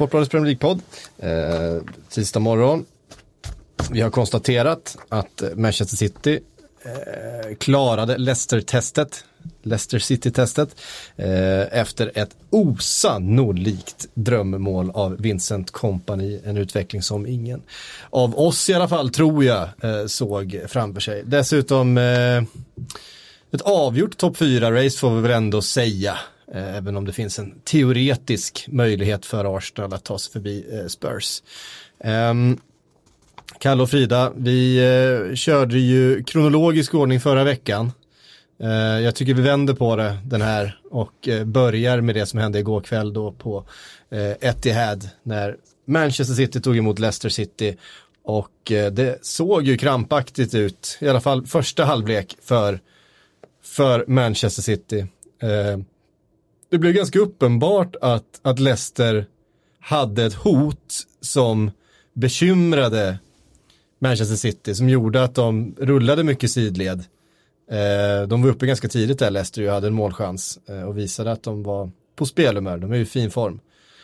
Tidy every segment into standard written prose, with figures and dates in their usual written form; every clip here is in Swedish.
Sportbladets Premier League-podd. Tisdag morgon. Vi har konstaterat att Manchester City klarade Leicester City-testet efter ett osannolikt drömmål av Vincent Kompany. En utveckling som ingen av oss i alla fall, tror jag, såg framför sig. Dessutom ett avgjort topp 4-race får vi väl ändå säga. Även om det finns en teoretisk möjlighet för Arsenal att ta sig förbi Spurs. Kalle och Frida, vi körde ju kronologisk ordning förra veckan. Jag tycker vi vänder på det den här och börjar med det som hände igår kväll då på Etihad när Manchester City tog emot Leicester City, och det såg ju krampaktigt ut, i alla fall första halvlek för Manchester City. Det blev ganska uppenbart att Leicester hade ett hot som bekymrade Manchester City, som gjorde att de rullade mycket sidled. De var uppe ganska tidigt där, Leicester, och hade en målchans och visade att de var på spelhumör. De är i fin form.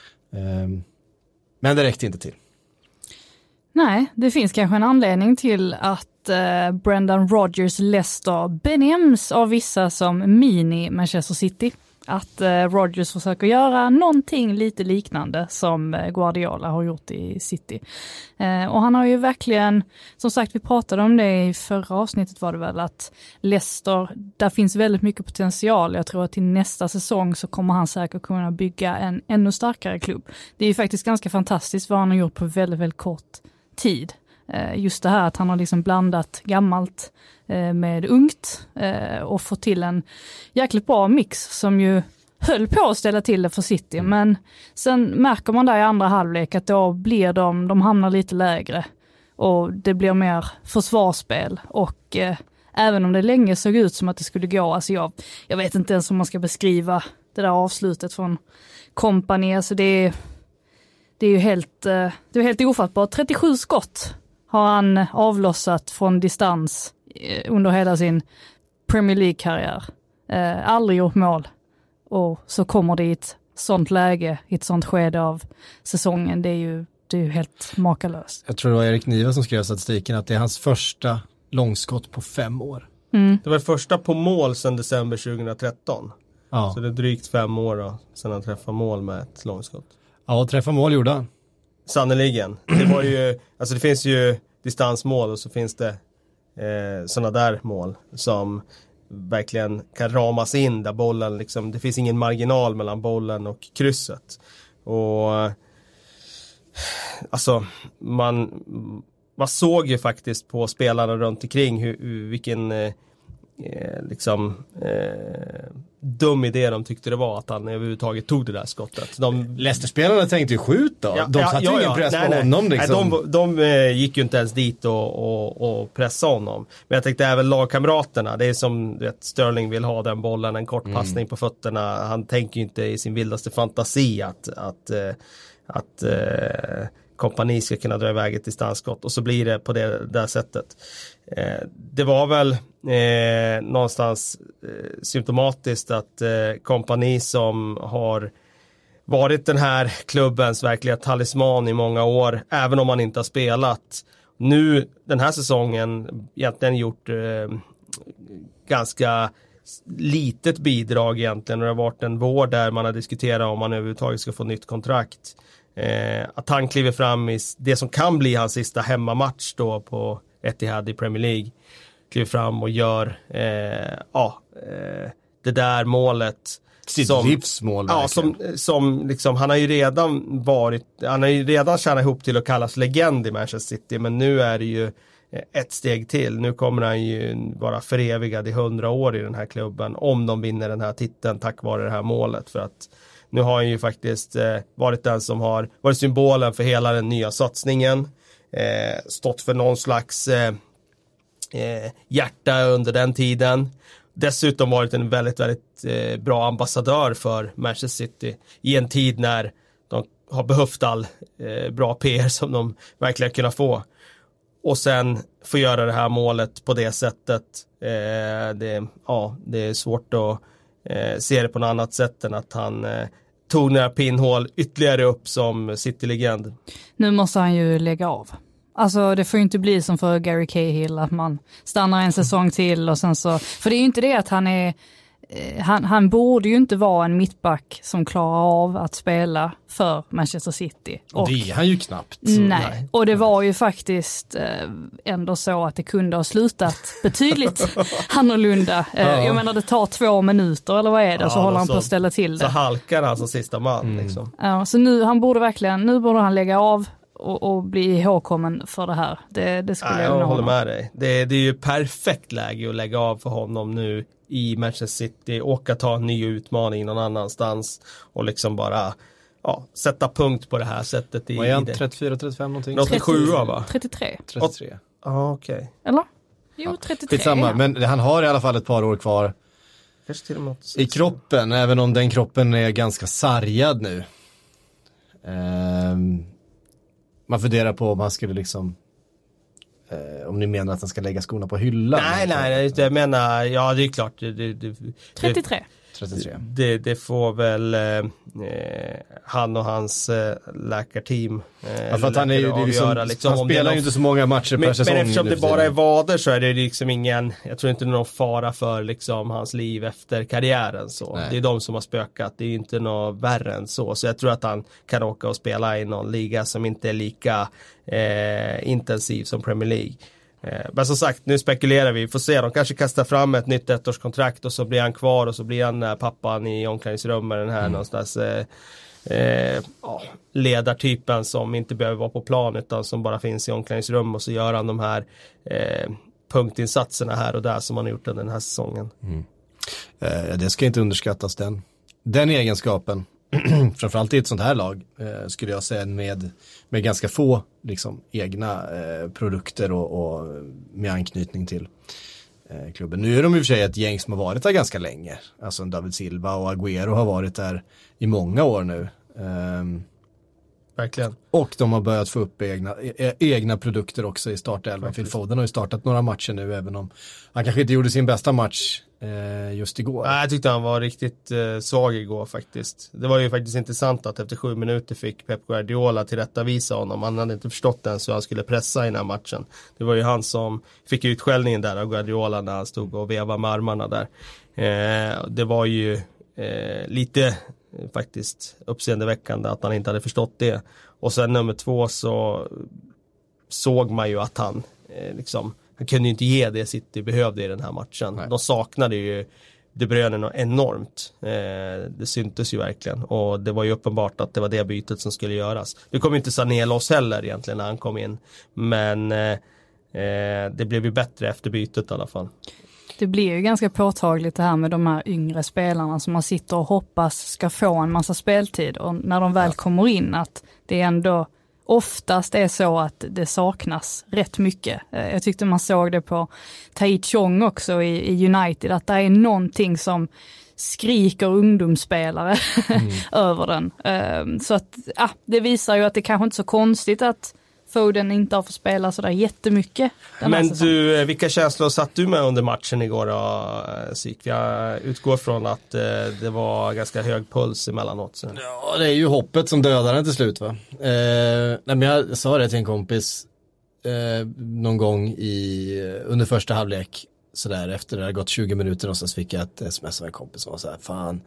Men det räckte inte till. Nej, det finns kanske en anledning till att Brendan Rodgers Leicester benämns av vissa som mini Manchester City. Att Rodgers försöker göra någonting lite liknande som Guardiola har gjort i City. Och han har ju verkligen, som sagt, vi pratade om det i förra avsnittet, var det väl, att Leicester, där finns väldigt mycket potential. Jag tror att till nästa säsong så kommer han säkert kunna bygga en ännu starkare klubb. Det är ju faktiskt ganska fantastiskt vad han har gjort på väldigt, väldigt kort tid. Just det här att han har liksom blandat gammalt med ungt och fått till en jäkligt bra mix som ju höll på att ställa till det för City. Men sen märker man där i andra halvlek att då blir de hamnar lite lägre och det blir mer försvarsspel, och även om det länge såg ut som att det skulle gå, alltså jag vet inte ens om man ska beskriva det där avslutet från Kompany, alltså det är ju helt ofattbart. 37 skott har han avlossat från distans under hela sin Premier League-karriär. Aldrig gjort mål. Och så kommer det i ett sånt läge, i ett sånt skede av säsongen. Det är ju helt makalöst. Jag tror det var Erik Niva som skrev statistiken att det är hans första långskott på 5 år. Mm. Det var första på mål sedan december 2013. Ja. Så det är drygt 5 år då, sedan han träffade mål med ett långskott. Ja, träffa mål gjorde han. Sannoliken. Det var ju, alltså det finns ju distansmål och så finns det sådana där mål som verkligen kan ramas in där bollen liksom, det finns ingen marginal mellan bollen och krysset. Och alltså man såg ju faktiskt på spelarna runt omkring vilken dum idé de tyckte det var att han överhuvudtaget tog det där skottet. Leicester-spelarna tänkte ju skjut då. De satte ju ingen press på honom. Liksom. Nej, de gick ju inte ens dit och pressade honom. Men jag tänkte även lagkamraterna. Det är som Sterling vill ha den bollen, en kort passning på fötterna. Han tänker ju inte i sin vildaste fantasi att Kompany ska kunna dra iväg ett distansskott, och så blir det på det där sättet. Det var väl någonstans symptomatiskt att Kompany, som har varit den här klubbens verkliga talisman i många år, även om han inte har spelat, nu den här säsongen egentligen gjort ganska litet bidrag egentligen, och det har varit en vår där man har diskuterat om man överhuvudtaget ska få nytt kontrakt. Att han kliver fram i det som kan bli hans sista hemmamatch då på Etihad i Premier League, kliver fram och gör det där målet, sitt livsmål, ja, som liksom, han har ju redan tjänat ihop till att kallas legend i Manchester City, men nu är det ju ett steg till. Nu kommer han ju vara förevigad i 100 år i den här klubben om de vinner den här titeln tack vare det här målet, för att nu har han ju faktiskt varit den som har varit symbolen för hela den nya satsningen. Stått för någon slags hjärta under den tiden. Dessutom varit en väldigt, väldigt bra ambassadör för Manchester City i en tid när de har behövt all bra PR som de verkligen kunnat få. Och sen få göra det här målet på det sättet. Det är svårt att se det på något annat sätt än att han tog några pinnhål ytterligare upp som City-legend. Nu måste han ju lägga av. Alltså det får ju inte bli som för Gary Cahill att man stannar en säsong till och sen så, för det är ju inte det att han borde ju inte vara en mittback som klarar av att spela för Manchester City. Och det är han ju knappt. Nej, och det var ju faktiskt ändå så att det kunde ha slutat betydligt annorlunda. Jag menar det tar 2 minuter eller vad är det, så håller han på att ställa till det. Så halkar han som sista man liksom. Ja, så nu borde han lägga av och bli ihågkommen för det här. Det skulle jag håller med dig. Det är ju perfekt läge att lägga av för honom nu i Manchester City, åka ta en ny utmaning någon annanstans och liksom bara sätta punkt på det här sättet. Vad är han? 34-35 någonting? 87 va? 33. Ja, okej. Eller? Jo, 33. Skitsamma, men han har i alla fall ett par år kvar till och med i kroppen, även om den kroppen är ganska sargad nu. Man funderar på om man skulle liksom om ni menar att han ska lägga skorna på hyllan. Nej, jag menar, ja det är klart. 33. Det får väl han och hans läkarteam för att han är ju liksom, han spelar ju inte så många matcher per säsong. Men eftersom det bara är vader så är det liksom ingen, jag tror inte någon fara för liksom hans liv efter karriären så. Nej. Det är de som har spökat, det är ju inte något värre än så. Så jag tror att han kan åka och spela i någon liga som inte är lika intensiv som Premier League. Men som sagt, nu spekulerar vi, får se, de kanske kastar fram ett nytt 1-årskontrakt och så blir han kvar och så blir han pappan i omklädningsrummet, den här någonstans ledartypen som inte behöver vara på plan utan som bara finns i omklädningsrum, och så gör han de här punktinsatserna här och där som han har gjort den här säsongen. Det ska inte underskattas, den egenskapen. Framförallt i ett sånt här lag skulle jag säga, med ganska få liksom, egna produkter och med anknytning till klubben. Nu är de i och för sig ett gäng som har varit där ganska länge. Alltså David Silva och Agüero har varit där i många år nu. Verkligen. Och de har börjat få upp egna produkter också i startelvan. Phil Foden har ju startat några matcher nu, även om han kanske inte gjorde sin bästa match just igår. Jag tyckte han var riktigt svag igår faktiskt. Det var ju faktiskt intressant att efter 7 minuter fick Pep Guardiola tillrättavisa honom. Han hade inte förstått ens hur han skulle pressa i den här matchen. Det var ju han som fick utskällningen där av Guardiola när han stod och vevade med armarna där. Det var ju lite faktiskt uppseendeväckande att han inte hade förstått det. Och sen nummer 2 så såg man ju att han han kunde ju inte ge det City behövde i den här matchen. Nej. De saknade ju De Bruyne enormt. Det syntes ju verkligen. Och det var ju uppenbart att det var det bytet som skulle göras. Det kom ju inte Sané loss heller egentligen när han kom in. Men det blev ju bättre efter bytet i alla fall. Det blir ju ganska påtagligt det här med de här yngre spelarna som man sitter och hoppas ska få en massa speltid. Och när de väl kommer in, att det ändå oftast är så att det saknas rätt mycket. Jag tyckte man såg det på Tai Chong också i United, att det är någonting som skriker ungdomsspelare över den. Så att det visar ju att det kanske inte är så konstigt att Foden inte har fått spela sådär jättemycket. Men du, vilka känslor satt du med under matchen igår då, Sik? Jag utgår från att det var ganska hög puls emellanåt. Så. Ja, det är ju hoppet som dödar den till slut, va? Men jag sa det till en kompis någon gång under första halvlek, sådär, efter det har gått 20 minuter och så fick jag ett sms av en kompis som var såhär, fan,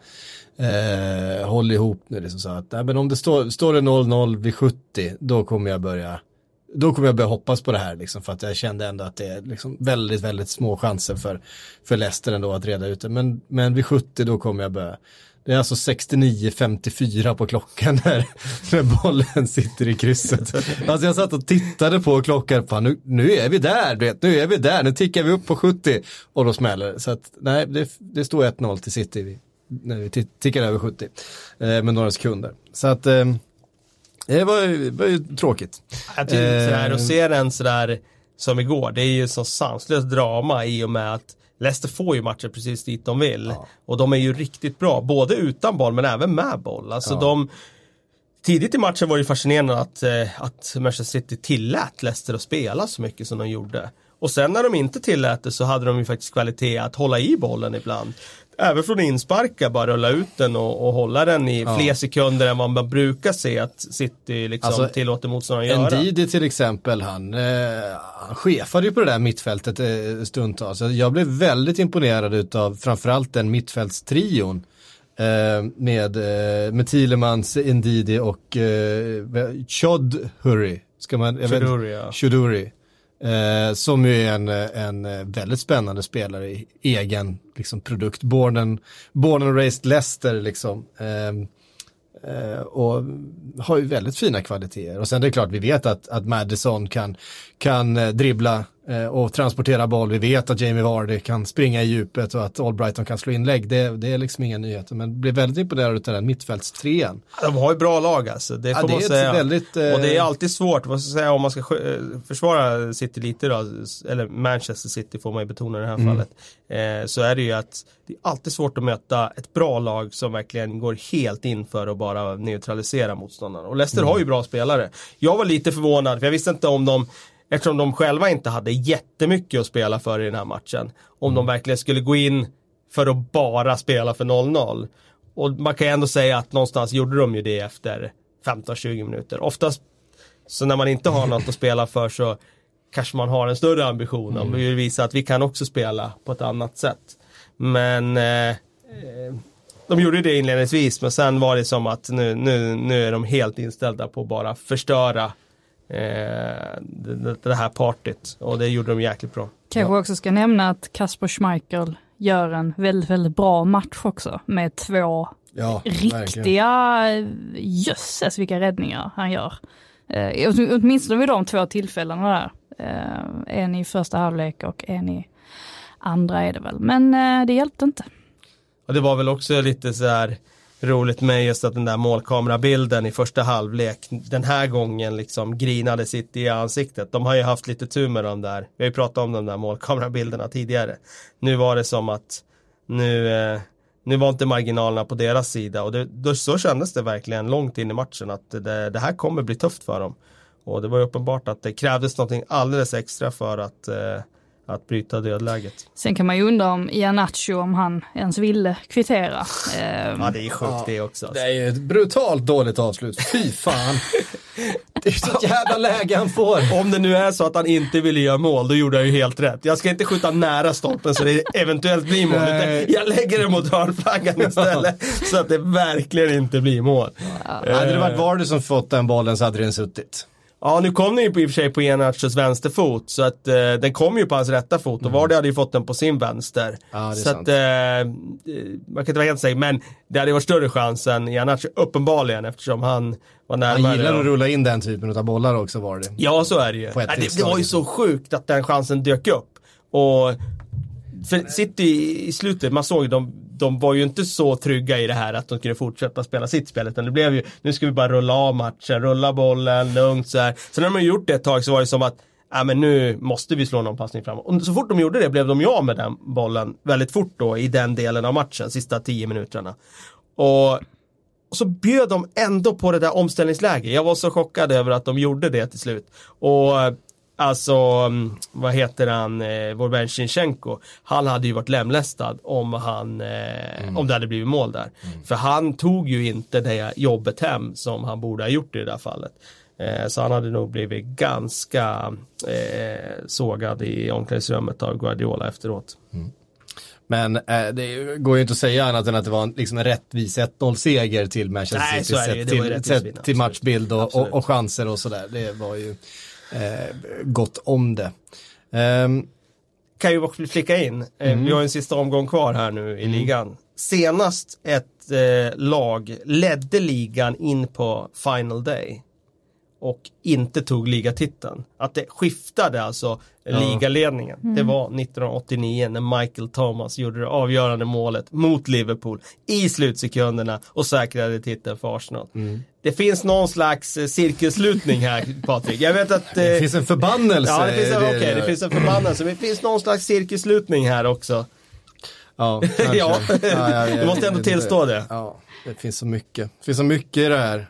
håll ihop nu, liksom, så att, nej, men om det står det 0-0 vid 70, då kommer jag börja hoppas på det här, liksom, för att jag kände ändå att det är liksom väldigt, väldigt små chanser för Leicester ändå att reda ut det, men vid 70 då kommer jag börja. Det är alltså 69:54 på klockan när bollen sitter i krysset. Alltså jag satt och tittade på klockan, fan, nu är vi där, nu tickar vi upp på 70 och då smäller det. Så att nej, det står 1-0 till City när vi tickar över 70 med några sekunder. Så att det var ju tråkigt. Jag tycker sådär, att se den sådär som igår, det är ju så sanslöst drama i och med att Leicester får ju matcher precis dit de vill. Ja. Och de är ju riktigt bra, både utan boll men även med boll. Alltså tidigt i matchen var det fascinerande att Manchester City tillät Leicester att spela så mycket som de gjorde. Och sen när de inte tillät det så hade de ju faktiskt kvalitet att hålla i bollen ibland. även från insparka bara rulla ut den och hålla den i fler sekunder än vad man brukar se att City liksom alltså, tillåter motståndaren att göra. Ndidi till exempel, han chefade ju på det där mittfältet stundtals. Så jag blev väldigt imponerad utav framförallt den mittfältstrion med Tielemans, Ndidi och Choduri. Choduri. Som ju är en väldigt spännande spelare i egen liksom, produkt. Born and raised Leicester liksom. Och har ju väldigt fina kvaliteter. Och sen det är klart, vi vet att Maddison kan dribbla och transportera boll. Vi vet att Jamie Vardy kan springa i djupet och att Albrighton kan slå inlägg. Det är liksom inga nyheter, men blir väldigt imponerad av den mittfältstrean. De har ju bra lag alltså, det får man säga. Väldigt, och det är alltid svårt, vad ska jag säga, om man ska försvara City lite då, eller Manchester City får man ju betona i det här fallet, så är det ju att det är alltid svårt att möta ett bra lag som verkligen går helt in för att bara neutralisera motståndarna. Och Leicester har ju bra spelare. Jag var lite förvånad, för jag visste inte om de, eftersom de själva inte hade jättemycket att spela för i den här matchen, om de verkligen skulle gå in för att bara spela för 0-0. Och man kan ju ändå säga att någonstans gjorde de ju det efter 15-20 minuter. Oftast, så när man inte har något att spela för, så kanske man har en större ambition om att visa att vi kan också spela på ett annat sätt. Men de gjorde det inledningsvis, men sen var det som att nu är de helt inställda på att bara förstöra det här partyt, och det gjorde de jäkligt bra. Kanske också ska nämna att Kasper Schmeichel gör en väldigt, väldigt bra match också med 2 riktiga jösses vilka räddningar han gör. Åtminstone vid de 2 tillfällena där. En i första halvlek och en i andra är det väl. Men det hjälpte inte. Och det var väl också lite så här roligt med just att den där målkamerabilden i första halvlek den här gången liksom grinade sitt i ansiktet. De har ju haft lite tur med dem där. Vi har ju pratat om de där målkamerabilderna tidigare. Nu var det som att nu var inte marginalerna på deras sida, och så kändes det verkligen långt in i matchen att det här kommer bli tufft för dem. Och det var ju uppenbart att det krävdes någonting alldeles extra för att bryta dödläget. Sen kan man ju undra om Iheanacho, om han ens ville kvittera. Ja, det är sjukt det också. Det är ju ett brutalt dåligt avslut. Fy fan. Det är så jävla läge han får. Om det nu är så att han inte ville göra mål, då gjorde jag ju helt rätt. Jag ska inte skjuta nära stolpen så det eventuellt blir mål. Utan jag lägger det mot hörnflaggan istället så att det verkligen inte blir mål. Hade det varit Vardy som fått den bollen så hade den suttit. Ja, nu kom den ju i och för sig på Iheanachos vänsterfot, så att den kom ju på hans rätta fot, och Vardy hade ju fått den på sin vänster. Ja, så att man kan inte vara helt säga, men det hade varit större chans än Iheanacho uppenbarligen, eftersom han var närmare. Han gillar att rulla in den typen av bollar också, Vardy. Ja, så är det ju. Det var ju så sjukt att den chansen dök upp. Och för City i slutet, man såg de var ju inte så trygga i det här att de skulle fortsätta spela sitt spel, utan det blev ju, nu ska vi bara rulla av matchen, rulla bollen lugnt så här. Så när de gjort det ett tag så var det som att men nu måste vi slå någon passning framåt. Och så fort de gjorde det blev de ju av med den bollen väldigt fort då i den delen av matchen, sista 10 minuterna. Och så bjöd de ändå på det där omställningsläget. Jag var så chockad över att de gjorde det till slut. Och alltså, vad heter han, vår vän Zinchenko, han hade ju varit lemlästad om om det hade blivit mål där. För han tog ju inte det jobbet hem som han borde ha gjort i det där fallet. Så han hade nog blivit ganska sågad i omklädningsrummet av Guardiola efteråt. Men det går ju inte att säga annat än att det var liksom en rättvis 1-0-seger till Manchester City, till matchbild och chanser och sådär. Det var ju gott om det. Kan ju också flicka in. Vi har en sista omgång kvar här nu i ligan. Senast ett lag ledde ligan in på final day och inte tog ligatiteln. Att det skiftade alltså ligaledningen. Det var 1989 när Michael Thomas gjorde det avgörande målet mot Liverpool i slutsekunderna och säkrade titeln för Arsenal. Det finns någon slags cirkelslutning här, Patrik. Jag vet att det finns en förbannelse. Ja, det finns en förbannelse. Men det finns någon slags cirkelslutning här också. Ja, ja. Du måste ändå tillstå det. Ja, det finns så mycket. Det finns så mycket i det här.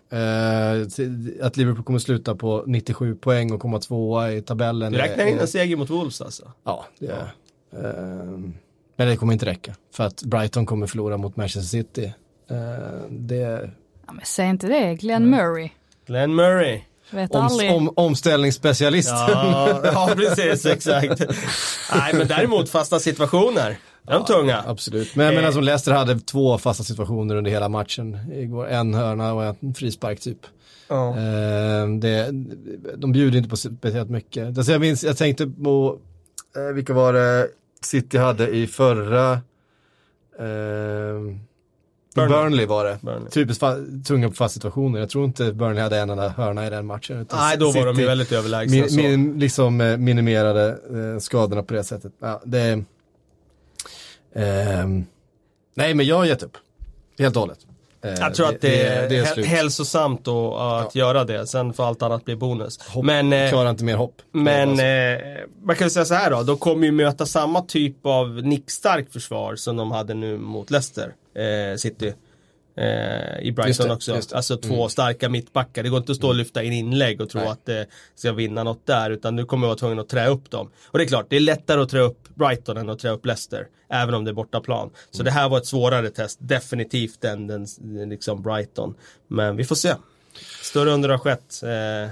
Att Liverpool kommer sluta på 97 poäng och komma 2 i tabellen. Du räknar in en seger mot Wolves alltså? Ja, det är. Men det kommer inte räcka. För att Brighton kommer förlora mot Manchester City. Ja, men säg inte det, Glenn Murray. Glenn Murray. Omställningsspecialist. Ja, precis, exakt. Nej, men däremot fasta situationer. De tunga. Absolut. Men jag menar som Leicester hade 2 fasta situationer under hela matchen igår. En hörna och en frispark typ. Ja. De bjuder inte på speciellt mycket. Alltså jag tänkte på vilka var det City hade i förra Burnley var det. Typiskt tunga på fast situationer. Jag tror inte Burnley hade en enda hörna i den matchen. Nej, då var de ju väldigt överlägsna. Liksom minimerade skadorna på det sättet. Ja, nej, men jag har gett upp. Helt och hållet. Jag tror att det är hälsosamt att göra det. Sen får allt annat bli bonus. Klarar inte mer hopp. Men man kan säga så här då. De kommer ju möta samma typ av nickstark försvar som de hade nu mot Leicester City. I Brighton också. Alltså 2 starka mittbackar. Det går inte att stå och lyfta in inlägg och tro att det ska vinna något där. Utan du kommer vara tvungen att trä upp dem. Och det är klart, det är lättare att trä upp Brighton än att trä upp Leicester. Även om det är bortaplan. Så det här var ett svårare test. Definitivt än den liksom Brighton. Men vi får se. Större under har skett.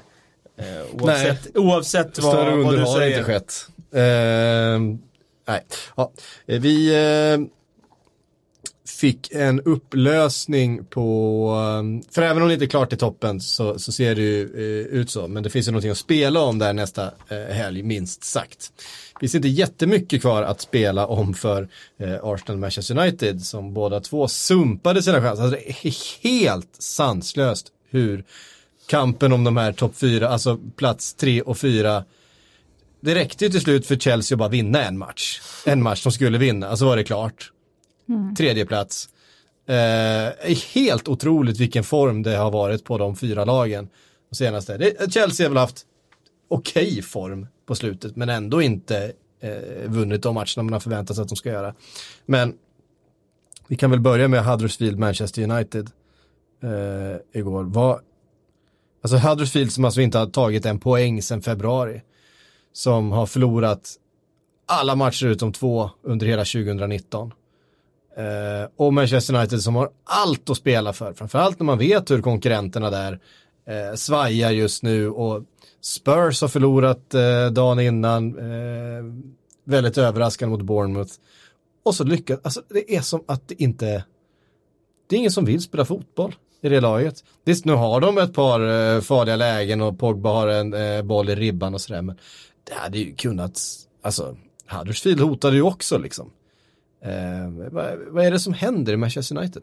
Oavsett vad du har säger. Inte skett. Nej. Ja, vi fick en upplösning på, för även om det inte är klart i toppen så ser det ju ut så, men det finns ju någonting att spela om där nästa helg, minst sagt. Det finns inte jättemycket kvar att spela om för Arsenal och Manchester United som båda två sumpade sina chanser. Alltså det är helt sanslöst hur kampen om de här topp 4, alltså plats 3 och 4, det räckte ju till slut för Chelsea att bara vinna en match som skulle vinna, alltså var det klart. Tredje plats. Helt otroligt vilken form det har varit på de 4 lagen de senaste. Chelsea har väl haft okej form på slutet, men ändå inte vunnit de matcherna man har förväntat sig att de ska göra. Men vi kan väl börja med Huddersfield Manchester United igår. Alltså Huddersfield som alltså inte har tagit en poäng sedan februari, som har förlorat alla matcher utom 2 under hela 2019. Och Manchester United som har allt att spela för, framförallt när man vet hur konkurrenterna där svajar just nu, och Spurs har förlorat dagen innan väldigt överraskande mot Bournemouth, och så lyckas, alltså det är som att det är ingen som vill spela fotboll i det laget. Visst, nu har de ett par farliga lägen och Pogba har en boll i ribban och sådär, men det hade ju kunnat, alltså Huddersfield hotade ju också liksom. Vad är det som händer i Manchester United?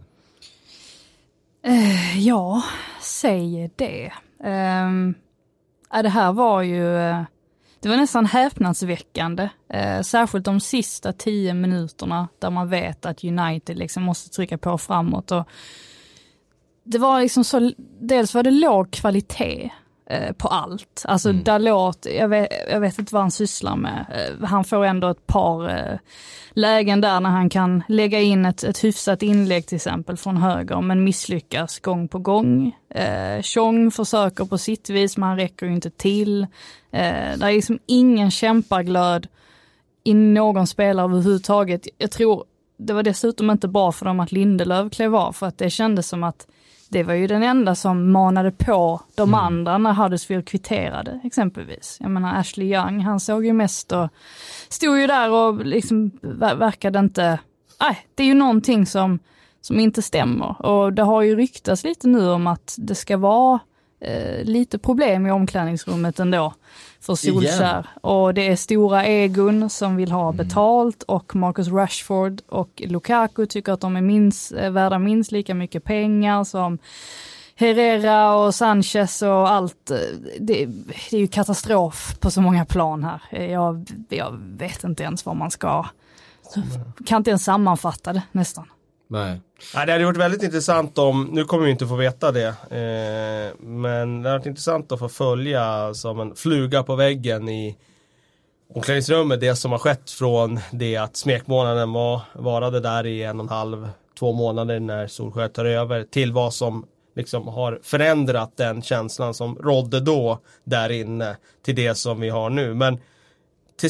Ja, säger det. Det här var ju, det var nästan häpnadsväckande. Särskilt de sista 10 minuterna där man vet att United liksom måste trycka på framåt. Och det var liksom så, dels var det låg kvalitet på allt. Alltså Dalot, jag vet inte vad han sysslar med. Han får ändå ett par lägen där när han kan lägga in ett hyfsat inlägg till exempel från höger, men misslyckas gång på gång. Chong försöker på sitt vis, men han räcker ju inte till. Det är liksom ingen kämpaglöd i någon spelare överhuvudtaget. Jag tror det var dessutom inte bra för dem att Lindelöf klev av, för att det kändes som att det var ju den enda som manade på de andra när Huddersfield kvitterade exempelvis. Jag menar Ashley Young, han såg ju mest och stod ju där och liksom verkade inte, det är ju någonting som inte stämmer. Och det har ju ryktats lite nu om att det ska vara lite problem i omklädningsrummet ändå för Solskjaer. Och det är stora egon som vill ha betalt, och Marcus Rashford och Lukaku tycker att de är värda minst lika mycket pengar som Herrera och Sanchez och allt. Det är ju katastrof på så många plan här. Jag vet inte ens vad man ska, kan inte ens sammanfatta det nästan. Nej. Det hade varit väldigt intressant om, nu kommer vi inte få veta det, men det hade varit intressant att få följa som en fluga på väggen i omklädningsrummet det som har skett från det att smekmånaden varade där i 1,5-2 månader när Solskjaer tar över, till vad som liksom har förändrat den känslan som rådde då där inne till det som vi har nu. Men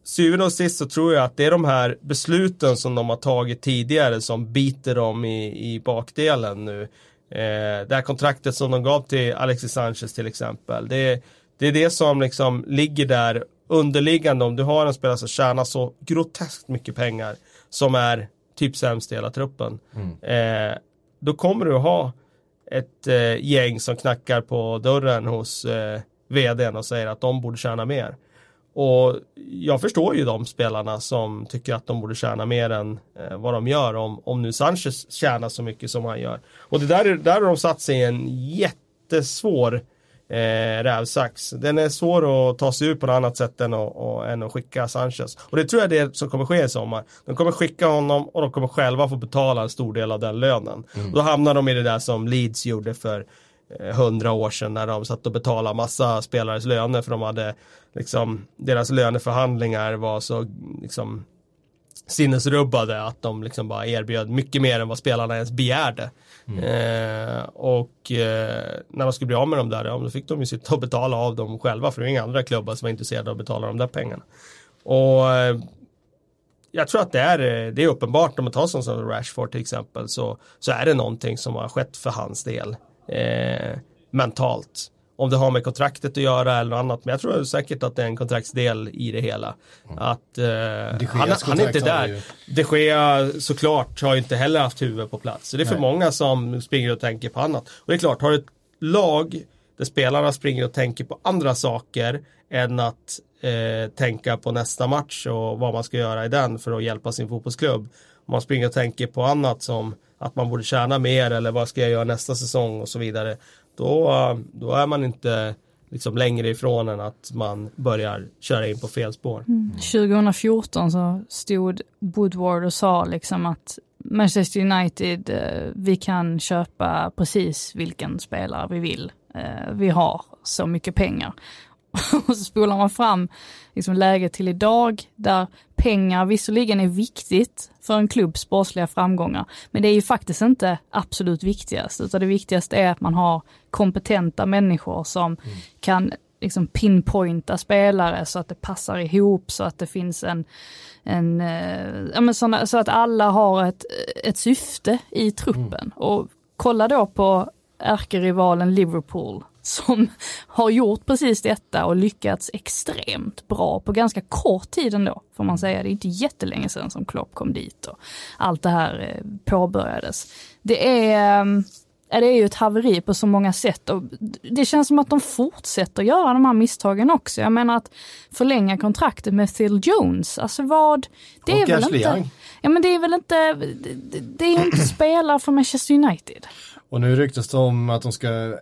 syvende och sist så tror jag att det är de här besluten som de har tagit tidigare som biter dem i bakdelen nu. Det här kontraktet som de gav till Alexis Sanchez till exempel. Det är det som liksom ligger där underliggande. Om du har en spelare som tjänar så groteskt mycket pengar som är typ sämst i hela truppen. Då kommer du att ha ett gäng som knackar på dörren hos vdn och säger att de borde tjäna mer. Och jag förstår ju de spelarna som tycker att de borde tjäna mer än vad de gör om nu Sanchez tjänar så mycket som han gör. Och det där har de satt sig i en jättesvår rävsax. Den är svår att ta sig ur på något annat sätt än att skicka Sanchez. Och det tror jag är det som kommer ske i sommar. De kommer skicka honom och de kommer själva få betala en stor del av den lönen. Och då hamnar de i det där som Leeds gjorde för 100 år sedan när de satt och betalade massa spelares löner för de hade liksom, deras löneförhandlingar var så liksom sinnesrubbade att de liksom bara erbjöd mycket mer än vad spelarna ens begärde. När de skulle bli av med dem där, då fick de ju sitta och betala av dem själva, för det är inga andra klubbar som var intresserade av att betala de där pengarna. Och jag tror att det är uppenbart om man tar som Rashford till exempel, så är det någonting som har skett för hans del mentalt. Om det har med kontraktet att göra eller något annat. Men jag tror säkert att det är en kontraktsdel i det hela. Att han är inte där. De Gea såklart har ju inte heller haft huvudet på plats. Så det är för många som springer och tänker på annat. Och det är klart, har du ett lag där spelarna springer och tänker på andra saker än att tänka på nästa match och vad man ska göra i den för att hjälpa sin fotbollsklubb. Om man springer och tänker på annat som att man borde tjäna mer eller vad ska jag göra nästa säsong och så vidare. Då är man inte liksom längre ifrån än att man börjar köra in på fel spår. 2014 så stod Woodward och sa liksom att Manchester United, vi kan köpa precis vilken spelare vi vill. Vi har så mycket pengar. Och så spolar man fram liksom läget till idag där pengar visserligen är viktigt för en klubbs sportsliga framgångar, men det är ju faktiskt inte absolut viktigast, utan det viktigaste är att man har kompetenta människor som kan liksom pinpointa spelare så att det passar ihop, så att det finns så att alla har ett syfte i truppen. Och kolla då på ärkerivalen Liverpool som har gjort precis detta och lyckats extremt bra på ganska kort tid ändå, får man säga. Det är inte jättelänge sedan som Klopp kom dit och allt det här påbörjades. Det är ju ett haveri på så många sätt, och det känns som att de fortsätter göra de här misstagen också. Jag menar att förlänga kontraktet med Phil Jones, alltså vad, det är väl inte... Ja, men det är väl inte, det är ju inte spelare för Manchester United. Och nu ryktas det om att de ska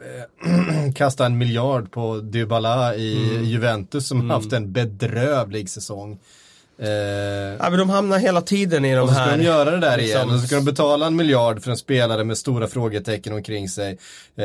kasta 1 miljard på Dybala i Juventus som haft en bedrövlig säsong. Ja, men de hamnar hela tiden i de här... Och så ska de göra det där igen. Och så ska de betala 1 miljard för en spelare med stora frågetecken omkring sig.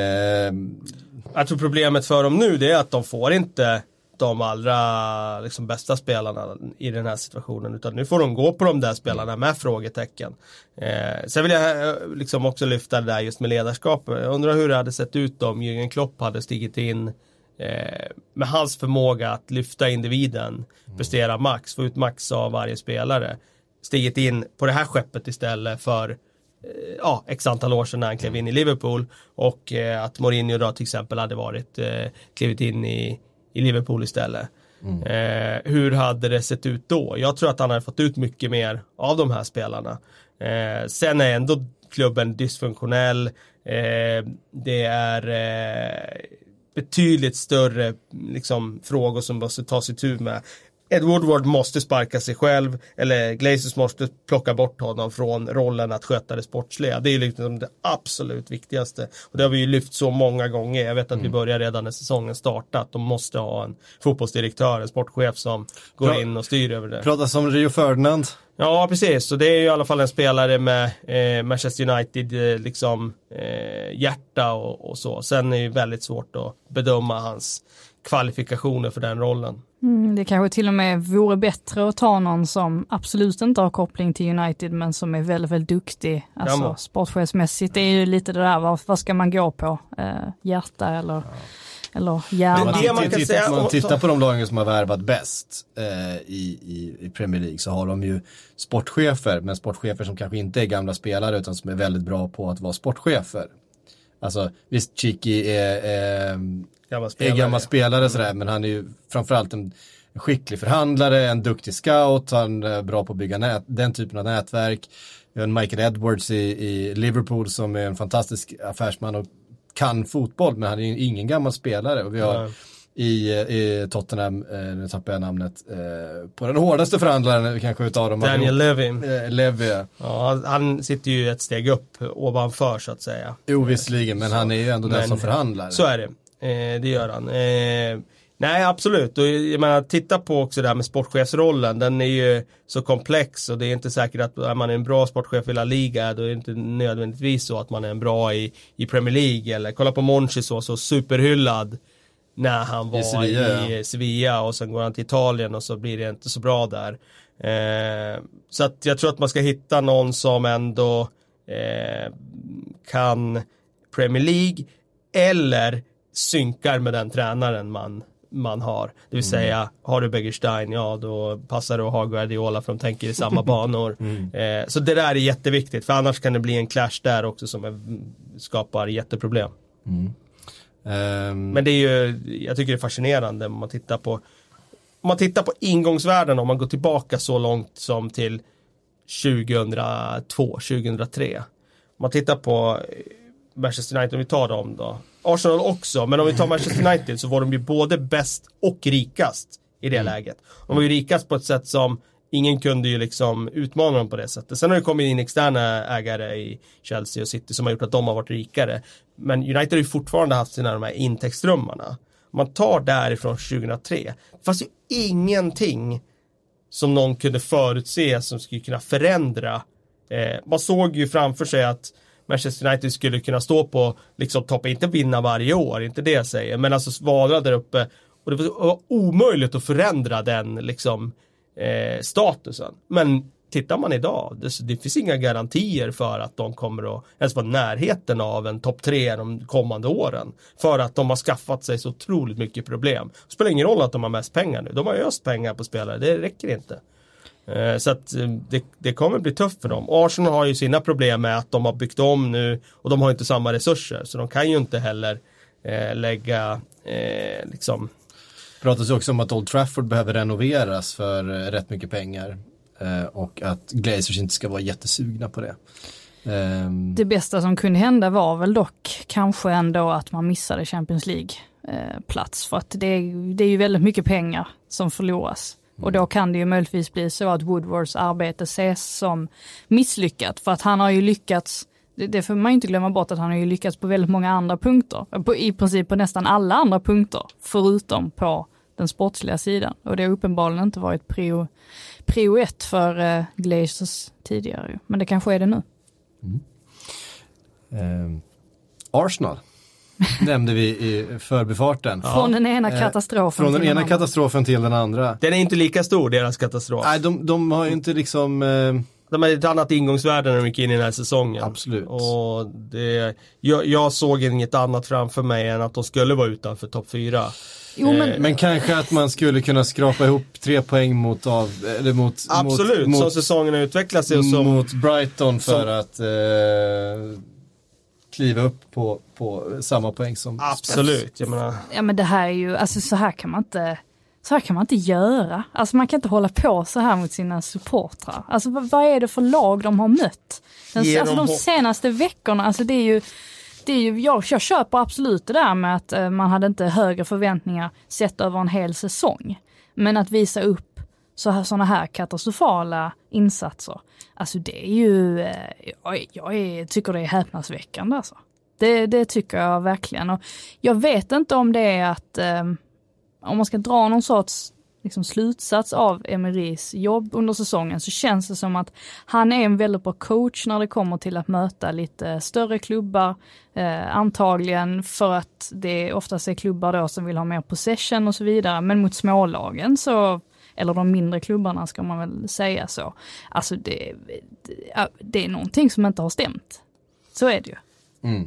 Jag tror problemet för dem nu, det är att de får inte de allra liksom bästa spelarna i den här situationen, utan nu får de gå på de där spelarna med frågetecken. Sen vill jag liksom också lyfta det där just med ledarskap. Jag undrar hur det hade sett ut om Jürgen Klopp hade stigit in med hans förmåga att lyfta individen, prestera max, få ut max av varje spelare, stigit in på det här skeppet istället för x antal år sedan när han klev in i Liverpool, och att Mourinho då till exempel hade varit klivit in i Liverpool istället. Hur hade det sett ut då? Jag tror att han hade fått ut mycket mer av de här spelarna. Sen är ändå klubben dysfunktionell. Det är betydligt större liksom, frågor som måste tas itu med. Ed Woodward måste sparka sig själv, eller Glazers måste plocka bort honom från rollen att sköta det sportsliga. Det är liksom det absolut viktigaste. Och det har vi ju lyft så många gånger. Jag vet att vi börjar redan när säsongen startat. De måste ha en fotbollsdirektör, en sportchef som går in och styr över det. Pratas om Rio Ferdinand. Ja, precis. Så det är ju i alla fall en spelare med Manchester United hjärta och så. Sen är det ju väldigt svårt att bedöma hans kvalifikationer för den rollen. Det kanske till och med vore bättre att ta någon som absolut inte har koppling till United men som är väldigt, väldigt duktig. Alltså sportchefsmässigt. Det är ju lite det där, vad ska man gå på? Hjärta eller Eller gärna. Om man tittar på de lagen som har värvat bäst i Premier League, så har de ju sportchefer, men sportchefer som kanske inte är gamla spelare utan som är väldigt bra på att vara sportchefer. Alltså visst, Chiki är gammal spelare sådär, men han är ju framförallt en skicklig förhandlare, en duktig scout, han är bra på att bygga den typen av nätverk. Vi har en Michael Edwards i Liverpool som är en fantastisk affärsman och kan fotboll, men han är ju ingen gammal spelare. Och vi har i Tottenham, nu tappar jag namnet, på den hårdaste förhandlaren kanske utav dem. Daniel Levy. Ja, han sitter ju ett steg upp ovanför så att säga. Visserligen, men han är ju ändå den som förhandlar. Så är det, det gör han. Nej, absolut. Och jag menar, titta på också det här med sportchefsrollen. Den är ju så komplex och det är inte säkert att är man är en bra sportchef i La Liga, då är det inte nödvändigtvis så att man är en bra i Premier League. Eller kolla på Monchi, så superhyllad när han var i Sevilla och sen går han till Italien och så blir det inte så bra där. Så att jag tror att man ska hitta någon som ändå kan Premier League eller synkar med den tränaren man har. Det vill säga, har du Begerstein, ja då passar det att ha Guardiola för de tänker i samma banor. Så det där är jätteviktigt, för annars kan det bli en clash där också som skapar jätteproblem. Men det är ju, jag tycker det är fascinerande om man tittar på ingångsvärden, om man går tillbaka så långt som till 2002, 2003. Om man tittar på Manchester United, om vi tar dem då. Arsenal också, men om vi tar Manchester United så var de ju både bäst och rikast i det läget. De var ju rikast på ett sätt som ingen kunde ju liksom utmana dem på det sättet. Sen har det kommit in externa ägare i Chelsea och City som har gjort att de har varit rikare. Men United har ju fortfarande haft sina de här intäktsströmmarna. Om man tar därifrån 2003, det fanns ju ingenting som någon kunde förutse som skulle kunna förändra. Man såg ju framför sig att Manchester United skulle kunna stå på liksom topp, inte vinna varje år, inte det jag säger, men alltså vara där uppe, och det var omöjligt att förändra den liksom statusen. Men tittar man idag, det finns inga garantier för att de kommer att ens vara närheten av en topp 3 de kommande åren, för att de har skaffat sig så otroligt mycket problem. Det spelar ingen roll att de har mest pengar nu, de har öst pengar på spelare, det räcker inte. Så att det kommer bli tufft för dem. Arsenal har ju sina problem med att de har byggt om nu och de har inte samma resurser, så de kan ju inte heller lägga liksom. Det pratas ju också om att Old Trafford behöver renoveras för rätt mycket pengar, och att Glazers inte ska vara jättesugna på det. Det bästa som kunde hända var väl dock kanske ändå att man missade Champions League plats, för att det är ju väldigt mycket pengar som förloras. Och då kan det ju möjligtvis bli så att Woodwards arbete ses som misslyckat, för att han har ju lyckats, det får man ju inte glömma bort, att han har ju lyckats på väldigt många andra punkter, i princip på nästan alla andra punkter förutom på den sportsliga sidan, och det har uppenbarligen inte varit prio 1 för Glazers tidigare, men det kanske är det nu. Arsenal nämnde vi i förbifarten. Från den ena katastrofen från den ena katastrofen till den andra. Den är inte lika stor, deras katastrof. Nej, de har ju inte liksom de har ett annat ingångsvärde när de gick in i den här säsongen. Absolut. Och jag såg inget annat framför mig än att de skulle vara utanför topp 4. Jo, men kanske att man skulle kunna skrapa ihop 3 poäng mot absolut, som säsongen utvecklas sig mot Brighton för att kliva upp på samma poäng som absolut, jag menar. Ja, men det här är ju, alltså så här kan man inte göra. Alltså man kan inte hålla på så här mot sina supportrar. Alltså vad är det för lag de har mött? De senaste veckorna, alltså det är ju jag köper absolut det där med att man hade inte högre förväntningar sett över en hel säsong. Men att visa upp sådana här katastrofala insatser, alltså det är ju, jag tycker det är häpnadsväckande alltså. Det tycker jag verkligen. Och jag vet inte om det är att om man ska dra någon sorts liksom slutsats av Emerys jobb under säsongen, så känns det som att han är en väldigt bra coach när det kommer till att möta lite större klubbar, antagligen för att det oftast är klubbar då som vill ha mer possession och så vidare, men mot smålagen så, eller de mindre klubbarna ska man väl säga så. Alltså det är någonting som inte har stämt. Så är det ju.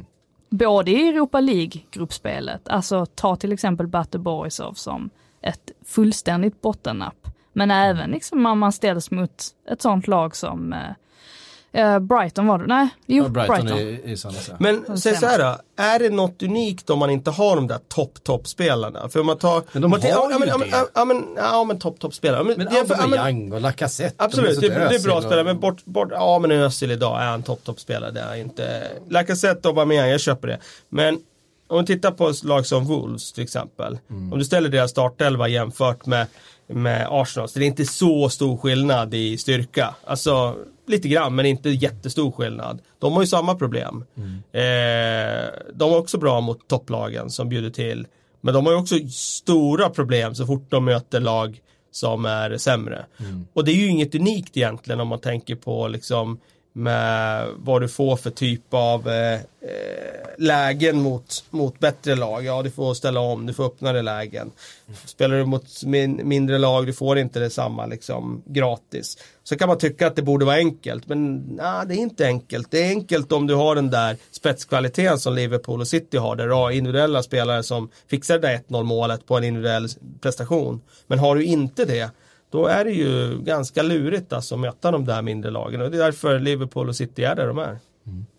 både i Europa League-gruppspelet, alltså ta till exempel Bate Borisov som ett fullständigt bottennapp, men även liksom om man ställs mot ett sånt lag som Brighton var det, nej, jo, Brighton. I sådana. Men säg så här då, är det något unikt om man inte har de där topp-spelarna? För om man tar... Men de har ju men topp-spelare. Men Aubameyang och Lacazette. Absolut, det är bra spelare, men bort, men Özil idag är en topp-spelare. Det är inte... Lacazette och Aubameyang, jag köper det. Men om du tittar på lag som Wolves till exempel, om du ställer deras startelva jämfört med Arsenal, så det är inte så stor skillnad i styrka. Alltså lite grann, men inte jättestor skillnad. De har ju samma problem. De är också bra mot topplagen som bjuder till. Men de har ju också stora problem så fort de möter lag som är sämre. Och det är ju inget unikt egentligen om man tänker på liksom med vad du får för typ av lägen mot bättre lag. Ja, du får ställa om, du får öppnare lägen. Spelar du mot mindre lag, du får inte det samma liksom gratis. Så kan man tycka att det borde vara enkelt, men nej, det är inte enkelt. Det är enkelt om du har den där spetskvaliteten som Liverpool och City har, där du har individuella spelare som fixar det 1-0 målet på en individuell prestation. Men har du inte det, då är det ju ganska lurigt alltså att möta de där mindre lagen. Och det är därför Liverpool och City är där de är.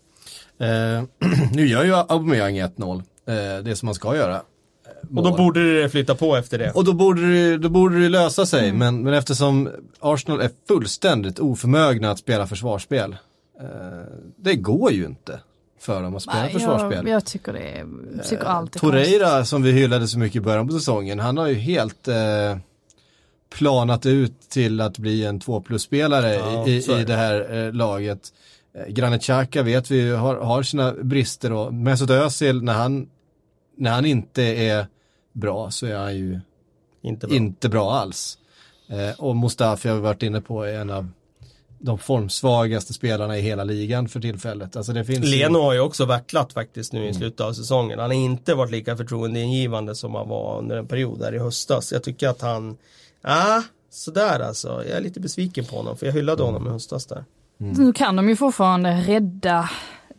Nu gör ju Aubameyang 1-0. Det som man ska göra. Och då borde det flytta på efter det. Och då borde det lösa sig. Men eftersom Arsenal är fullständigt oförmögna att spela försvarsspel. Det går ju inte för dem att spela försvarsspel. Jag tycker allt är Torreira konstigt. som vi hyllade så mycket i början på säsongen. Han har ju helt... planat ut till att bli en 2+-spelare i det här laget. Granit Xhaka vet vi har sina brister, och Mesut Özil när han inte är bra så är han ju inte bra alls. Och Mustafi har vi varit inne på är en av de formsvagaste spelarna i hela ligan för tillfället. Alltså det finns Leno har ju också vacklat faktiskt nu i slutet av säsongen. Han har inte varit lika förtroendeingivande som han var under en period där i höstas. Jag tycker att han sådär alltså. Jag är lite besviken på honom, för jag hyllade honom i höstas där. Nu kan de ju fortfarande rädda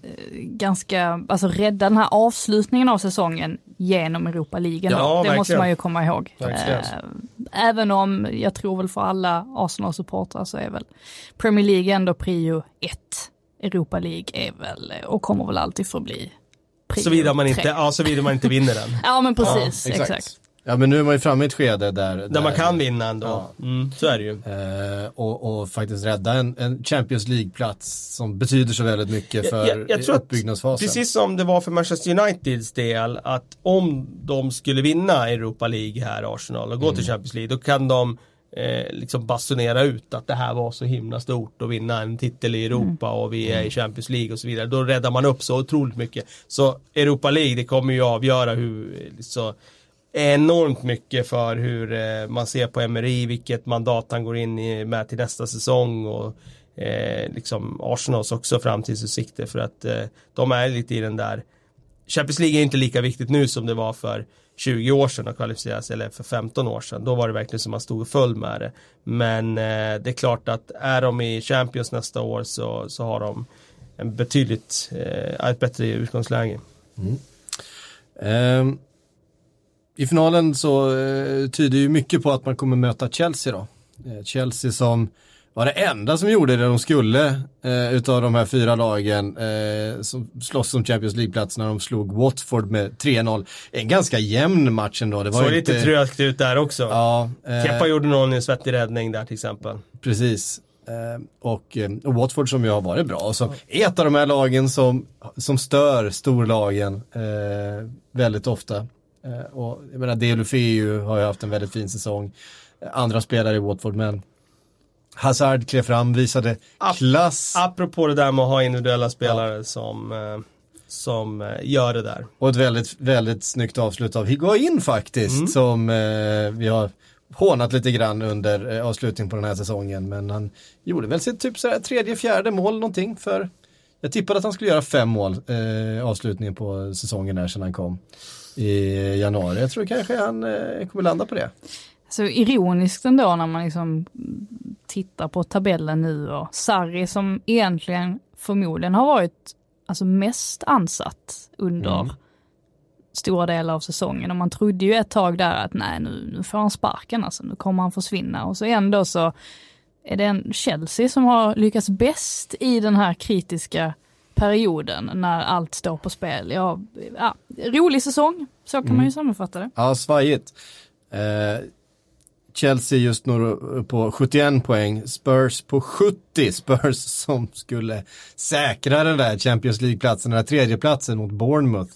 den här avslutningen av säsongen genom Europa League. Ja, det måste man ju komma ihåg. Även om jag tror väl för alla Arsenal-supportrar så är väl Premier League ändå prio 1. Europa League är väl och kommer väl alltid förbli prio 3. Såvida man inte vinner den. Ja, men precis, exakt. Ja, men nu är man ju framme i ett skede där man kan vinna ändå. Ja. Så är det ju. Och faktiskt rädda en Champions League-plats som betyder så väldigt mycket för jag tror uppbyggnadsfasen. Precis som det var för Manchester Uniteds del, att om de skulle vinna Europa League här, Arsenal, och gå till Champions League, då kan de liksom basunera ut att det här var så himla stort att vinna en titel i Europa och vi är i Champions League och så vidare. Då räddar man upp så otroligt mycket. Så Europa League, det kommer ju avgöra hur så enormt mycket för hur man ser på Emery, vilket mandat han går in med till nästa säsong, och liksom Arsenals också framtidsutsikter, för att de är lite i den där. Champions League är inte lika viktigt nu som det var för 20 år sedan att kvalificera sig, eller för 15 år sedan. Då var det verkligen som man stod full med det. Men det är klart att är de i Champions nästa år så har de en betydligt ett bättre utgångsläge. I finalen så tyder ju mycket på att man kommer möta Chelsea då. Chelsea som var det enda som gjorde det de skulle utav de här 4 lagen som slåss om Champions League-plats när de slog Watford med 3-0. En ganska jämn match ändå. Det var så lite trögt ut där också. Ja, Kepa gjorde någon en svettig räddning där till exempel. Precis. Och Watford som ju har varit bra. Så ett av de här lagen som stör storlagen väldigt ofta. Och jag menar, Deulofeu har ju haft en väldigt fin säsong. Andra spelare i Watford, men Hazard klev fram, visade klass. Apropå det där med att ha individuella spelare som gör det där. Och ett väldigt, väldigt snyggt avslut av Higuain faktiskt, som vi har hånat lite grann under avslutningen på den här säsongen. Men han gjorde väl sitt typ sådär 3-4 mål någonting, för jag tippade att han skulle göra 5 mål avslutningen på säsongen där sedan han kom i januari. Jag tror kanske han kommer landa på det. Så ironiskt ändå när man liksom tittar på tabellen nu, och Sarri som egentligen förmodligen har varit alltså mest ansatt under stora delar av säsongen. Och man trodde ju ett tag där att nej, nu får han sparken, alltså nu kommer han försvinna. Och så ändå så är det en Chelsea som har lyckats bäst i den här kritiska perioden när allt står på spel. Ja, rolig säsong, så kan man ju sammanfatta det. Ja, svajigt. Chelsea just nu på 71 poäng, Spurs på 70. Spurs som skulle säkra den där Champions League-platsen, den där tredjeplatsen mot Bournemouth.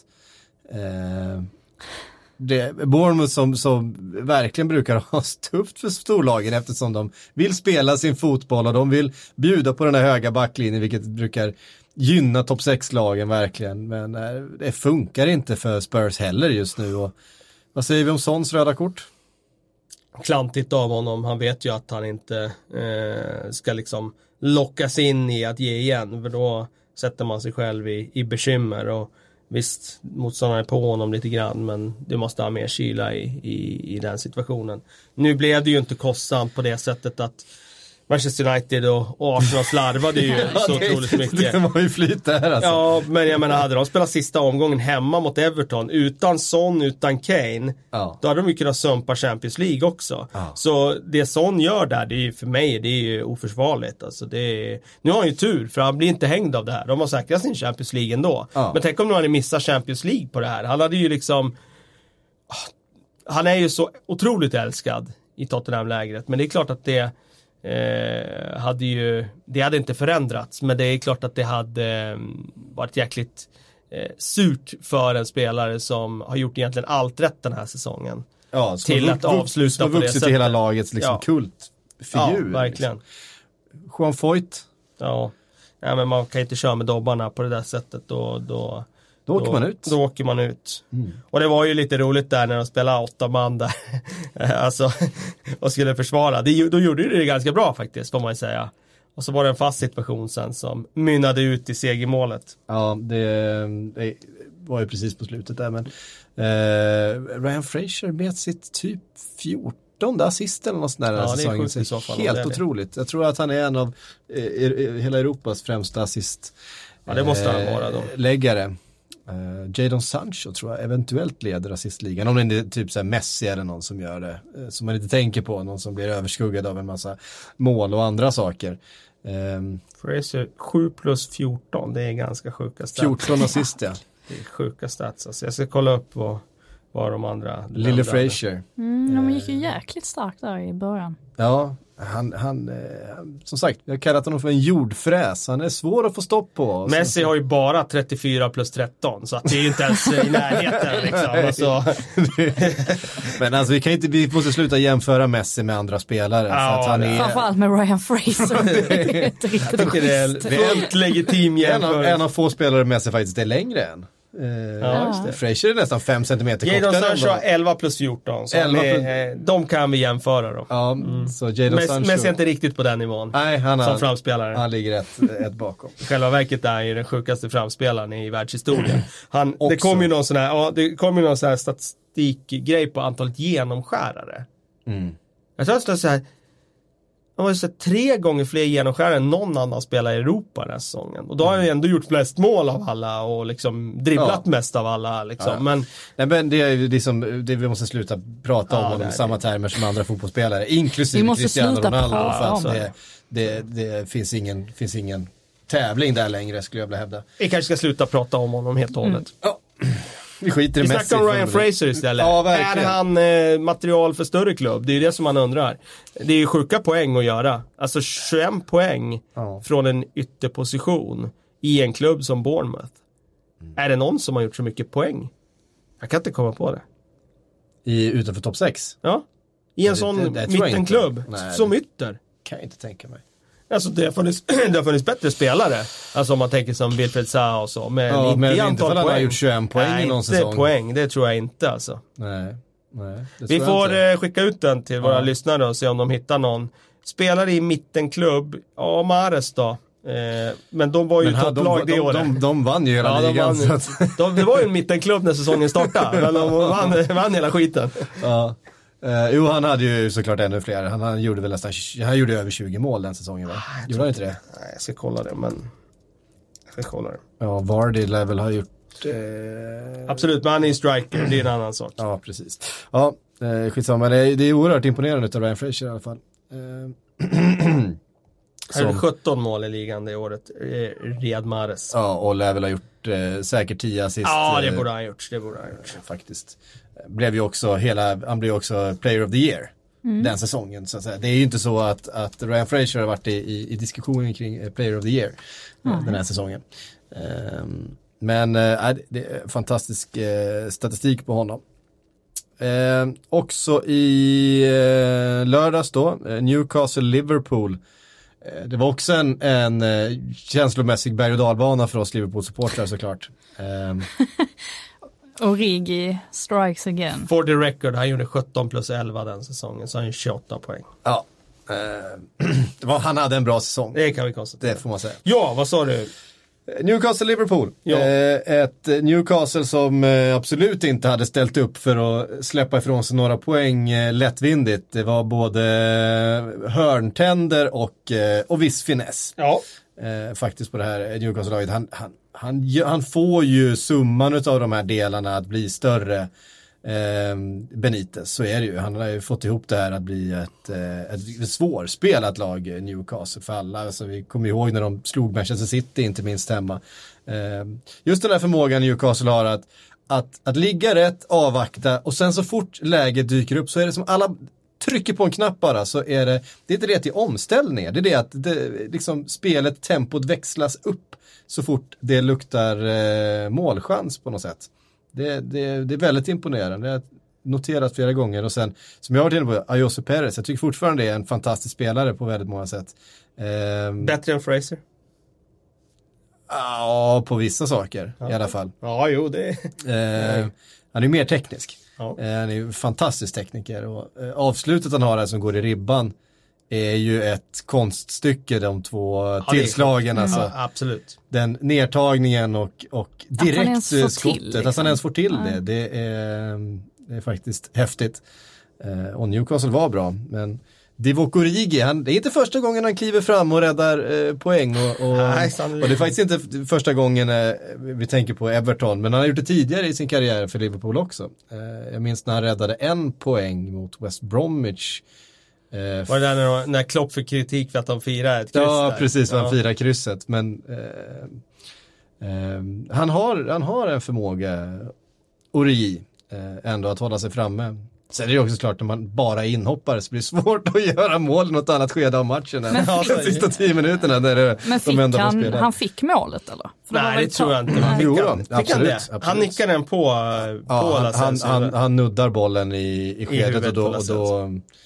Bournemouth som verkligen brukar ha tufft för storlagen eftersom de vill spela sin fotboll och de vill bjuda på den här höga backlinjen, vilket brukar gynna topp 6-lagen verkligen. Men det funkar inte för Spurs heller just nu. Och vad säger vi om Sons röda kort? Klantigt av honom. Han vet ju att han inte ska liksom lockas in i att ge igen, för då sätter man sig själv i bekymmer. Och visst, motståndaren är på honom lite grann, men du måste ha mer kyla i den situationen. Nu blev det ju inte kostsamt på det sättet att Manchester United och Arsenal slarvade ju så otroligt mycket. Det var ju flyt där alltså. Ja, men jag menar, hade de spelat sista omgången hemma mot Everton utan Son, utan Kane, då hade de ju kunnat sumpa Champions League också. Så det Son gör där, det är ju för mig, det är ju oförsvarligt. Alltså nu har han ju tur, för han blir inte hängd av det här. De har säkrat sin Champions League ändå. Men tänk om nu hade missat Champions League på det här. Han hade ju liksom... Han är ju så otroligt älskad i Tottenham-lägret, men det är klart att det hade inte förändrats, men det är klart att det hade varit jäkligt surt för en spelare som har gjort egentligen allt rätt den här säsongen till att avsluta på det sättet. I hela lagets liksom kultfigur. Ja, verkligen. Juan Foyt. Ja, men man kan inte köra med dobbarna på det där sättet. Då åker man ut. Då åker man ut. Och det var ju lite roligt där när de spelade 8 man där. Alltså, och skulle försvara. Då gjorde det ganska bra faktiskt, får man ju säga. Och så var det en fast situation sen som mynnade ut i segermålet. Ja, det var ju precis på slutet där. Men Ryan Fraser med sitt typ 14:e assist eller något sånt där. Ja, det är sjukt i så fall. Helt otroligt. Jag tror att han är en av hela Europas främsta assist. Ja, det måste han vara då. Läggare. Jadon Sancho tror jag eventuellt leder assistligan, om det inte är typ så här Messi eller någon som gör det, som man inte tänker på, någon som blir överskuggad av en massa mål och andra saker. Fraser 7+14, det är ganska sjuka stats. 14 assist, ja. Det är sjuka stats, alltså. Jag ska kolla upp vad de andra... Lille Fraser. De gick ju jäkligt starkt där i början. Ja, han som sagt, jag har kallat honom för en jordfräs. Han är svår att få stopp på. Messi har ju bara 34+13, så att det är ju inte ens i närheten liksom. Alltså. Men alltså vi måste sluta jämföra Messi med andra spelare. Ja, så att han är... Framförallt med Ryan Fraser. Det är helt legitim jämförelse. En av få spelare Messi faktiskt är längre än. Just det. Fraser är nästan 5 centimeter kortare. Jadon Sancho har 11+14, så de kan vi jämföra då. Ja, så Jadon Sancho... Messi är inte riktigt på den nivån. Nej, som framspelare. Han ligger ett bakom. I själva verket är han ju den sjukaste framspelaren i världshistorien. Det kom ju någon sån här statistikgrej på antalet genomskärare. Jag tror att det är så här. Han var ju 3 gånger fler genomskärare än någon annan spelare i Europa den här säsongen. Och då har han ju ändå gjort flest mål av alla och liksom dribblat mest av alla. Liksom. Men det är liksom, det vi måste sluta prata om i samma termer som andra fotbollsspelare, inklusive Cristiano Ronaldo. För att det finns ingen tävling där längre, skulle jag vilja hävda. Vi kanske ska sluta prata om honom helt och hållet. Vi skiter i Messi. Vi snackar om Ryan Fraser istället. Ja, verkligen. Är han material för större klubb? Det är ju det som man undrar. Det är ju sjuka poäng att göra. Alltså 21 poäng från en ytterposition i en klubb som Bournemouth. Är det någon som har gjort så mycket poäng? Jag kan inte komma på det. Utanför topp 6? Ja. I en sån mittenklubb. Som ytter. Kan jag inte tänka mig. Alltså det har funnits bättre spelare. Alltså om man tänker som Wilfred Zaha och så. Men men inte inte för att han har gjort 21 poäng i någon säsong. Nej, poäng, det tror jag inte alltså. Nej. Vi får skicka ut den till våra lyssnare och se om de hittar någon. Spelare i mittenklubb, Mahrez då. Men de var ju topplag det året. De vann ju hela ligan. Det var ju en mittenklubb när säsongen startade. Men de vann hela skiten. Ja. Han hade ju såklart ännu fler. Han gjorde väl han gjorde över 20 mål den säsongen, va? Gjorde han inte det? Nej, jag ska kolla det, men sektioner. Ja, Vardy lär väl ha gjort... Absolut, men han är ju striker, det är en annan sak. Ja, precis. Ja, skitsamma. Det är oerhört imponerande av Ryan Fraser i alla fall. Han gjorde 17 mål i ligan det året, Riyad Mahrez. Ja, och lär väl ha gjort säkert 10 assist. Ja, det borde han gjort. Faktiskt. Han blev också player of the year den säsongen. Så att säga. Det är ju inte så att Ryan Fraser har varit i diskussionen kring player of the year den här säsongen. Men det är fantastisk statistik på honom. Också i lördags då, Newcastle-Liverpool. Det var också en känslomässig berg- och dalbana för oss Liverpool-supportrar såklart. Origi strikes again. For the record, han gjorde 17 plus 11 den säsongen, så han gjorde 28 poäng. Ja, han hade en bra säsong. Det kan vi konstatera. Det får man säga. Ja, vad sa du? Newcastle-Liverpool. Ja. Ett Newcastle som absolut inte hade ställt upp för att släppa ifrån sig några poäng lättvindigt. Det var både hörntänder och viss finess. Ja. Faktiskt på det här Newcastle-laget. Han får ju summan av de här delarna att bli större. Benitez, så är det ju. Han har ju fått ihop det här att bli ett svårspelat lag, Newcastle, för alla. Alltså, vi kommer ihåg när de slog Manchester City, inte minst hemma. Just den här förmågan Newcastle har att ligga rätt, avvakta, och sen så fort läget dyker upp så är det som alla trycker på en knapp bara, så är det är inte det till omställningar, det är det att liksom spelet, tempot växlas upp så fort det luktar målchans på något sätt. Det är väldigt imponerande. Det har noterat flera gånger. Och sen, som jag har varit inne på, Ayoze Perez. Jag tycker fortfarande det är en fantastisk spelare på väldigt många sätt. Bättre än Fraser? Ja, på vissa saker i alla fall. Ja, jo, det han är mer teknisk. Ja. Han är ju fantastisk tekniker. Och avslutet han har här som går i ribban är ju ett konststycke, de två tillslagen. Alltså. Ja, absolut. Den nedtagningen och direkt skottet. Liksom. Att han ens får till det. Det är faktiskt häftigt. Och Newcastle var bra. Men Divock Origi, det är inte första gången han kliver fram och räddar poäng. Och det är faktiskt inte första gången vi tänker på Everton. Men han har gjort det tidigare i sin karriär för Liverpool också. Jag minns när han räddade 1 poäng mot West Bromwich. Var det där när Klopp fick kritik för att han firade ett kryss? Ja, där? Precis, han firar krysset. Men han har en förmåga, Origi, ändå att hålla sig framme. Sen är det också klart, när man bara är inhoppare så blir det svårt att göra mål i något annat skede av matchen än de sista 10 minuterna. Men fick han fick målet eller? Nej, det tror jag inte. Absolut. Han nickar den på han nuddar bollen i skedet och då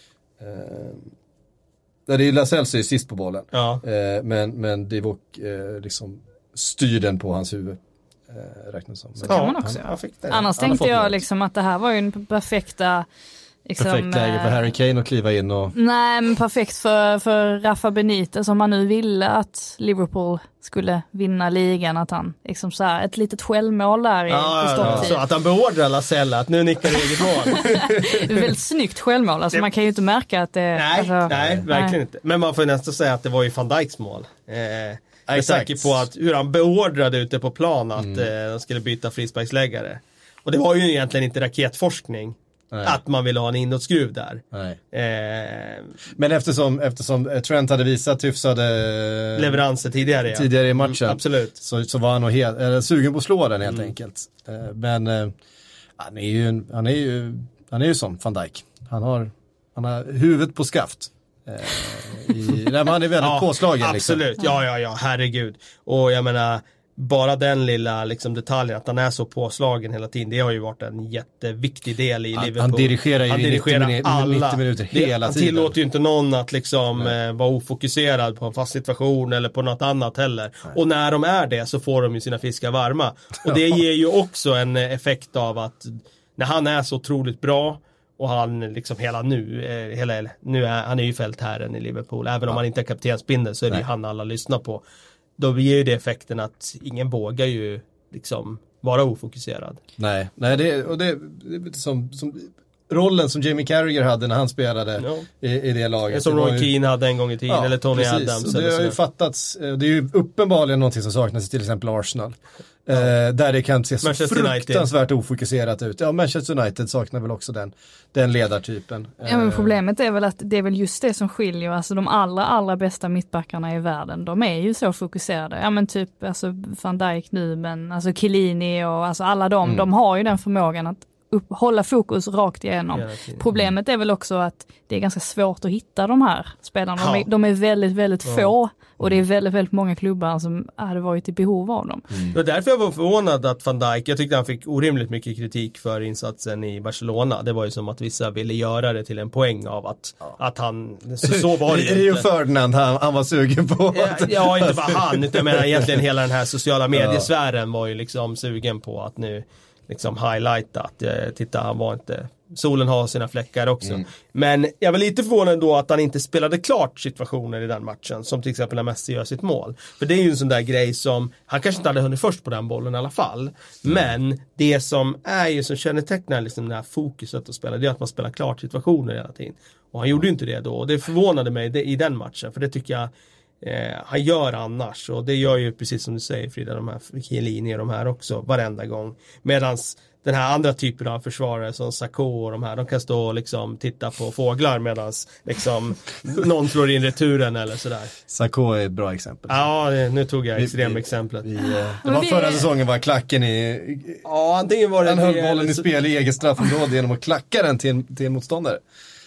det är ju Lascelles är sist på bollen. Ja. Men Divock liksom styr den på hans huvud. Räknas som. Så kan man också göra. Annars tänkte jag liksom att det här var ju en perfekta liksom, perfekt läge för Harry Kane att kliva in och... Nej, men perfekt för Rafa Benitez, som man nu ville att Liverpool skulle vinna ligan, att han liksom så här, ett litet självmål där i stopptid. Så att han beordrar Lascelles att nu nickar det eget mål. Det är väldigt snyggt självmål, alltså man kan ju inte märka att det... Nej, verkligen inte. Men man får nästan säga att det var ju Van Dijks mål. Jag är säker på att hur han beordrade ute på plan att de skulle byta frisparksläggare. Och det var ju egentligen inte raketforskning. Nej. Att man ville ha en inåtskruv där. Men eftersom Trent hade visat hyfsade leveranser tidigare i matchen, absolut. Så var han nog sugen på att slå den helt enkelt. Men han är ju som Van Dijk. Han har huvudet på skaft. Han är väldigt påslagen. Absolut, liksom. Ja, herregud. Och jag menar, bara den lilla liksom, detaljen att han är så påslagen hela tiden, det har ju varit en jätteviktig del i Liverpool. Han dirigerar ju 90 minuter hela tiden. Han tillåter ju inte någon att liksom vara ofokuserad på en fast situation eller på något annat heller. Nej. Och när de är det så får de ju sina fiskar varma. Och det ger ju också en effekt av att när han är så otroligt bra och han liksom han är ju fältherren i Liverpool. Även om han inte är kaptensbindel så är det ju han alla lyssnar på. Då ger ju det effekten att ingen vågar ju liksom vara ofokuserad. Nej, det som rollen som Jamie Carragher hade när han spelade i det laget. Som Roy Keane hade en gång i tiden, eller Tony precis. Adams. Och det har ju fattats, det är ju uppenbarligen någonting som saknas i till exempel Arsenal. Där det kan se så fruktansvärt ofokuserat ut. Ja, Manchester United saknar väl också den ledartypen. Ja, men problemet är väl att det är väl just det som skiljer, alltså de allra bästa mittbackarna i världen, de är ju så fokuserade. Ja, men typ alltså Van Dijk nu, men alltså Chiellini och alltså alla de har ju den förmågan att hålla fokus rakt igenom. Problemet är väl också att det är ganska svårt att hitta de här spelarna. De är väldigt, väldigt få och det är väldigt, väldigt många klubbar som hade varit i behov av dem. Det var därför jag var förvånad att Van Dijk, jag tyckte han fick orimligt mycket kritik för insatsen i Barcelona. Det var ju som att vissa ville göra det till en poäng av att han, så var det ju. Rio Ferdinand, han var sugen på ja, inte bara han, utan jag menar egentligen hela den här sociala mediesfären var ju liksom sugen på att nu liksom highlighta att titta, han var inte, solen har sina fläckar också. Men jag var lite förvånad då att han inte spelade klart situationer i den matchen, som till exempel när Messi gör sitt mål. För det är ju en sån där grej som, han kanske inte hade hunnit först på den bollen i alla fall, men det som är ju som kännetecknar liksom det här fokuset att spela, det är att man spelar klart situationer hela tiden. Och han gjorde ju inte det då, och det förvånade mig i den matchen, för det tycker jag han gör annars, och det gör ju precis som du säger Frida, de här Chiellini och de här också varenda gång, medans den här andra typen av försvarare som Sakho och de här, de kan stå och liksom titta på fåglar medans liksom någon slår in returen eller sådär. Sakho är ett bra exempel. Ja, nu tog jag extremexemplet. Det var förra säsongen var klacken i... Ja, antingen var det... Han höll bollen i spel i eget straffområde genom att klacka den till en motståndare.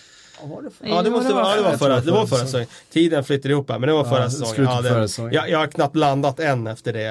Ja, det var förra säsongen. Tiden flyttade ihop här, men det var förra säsongen. Jag har knappt landat än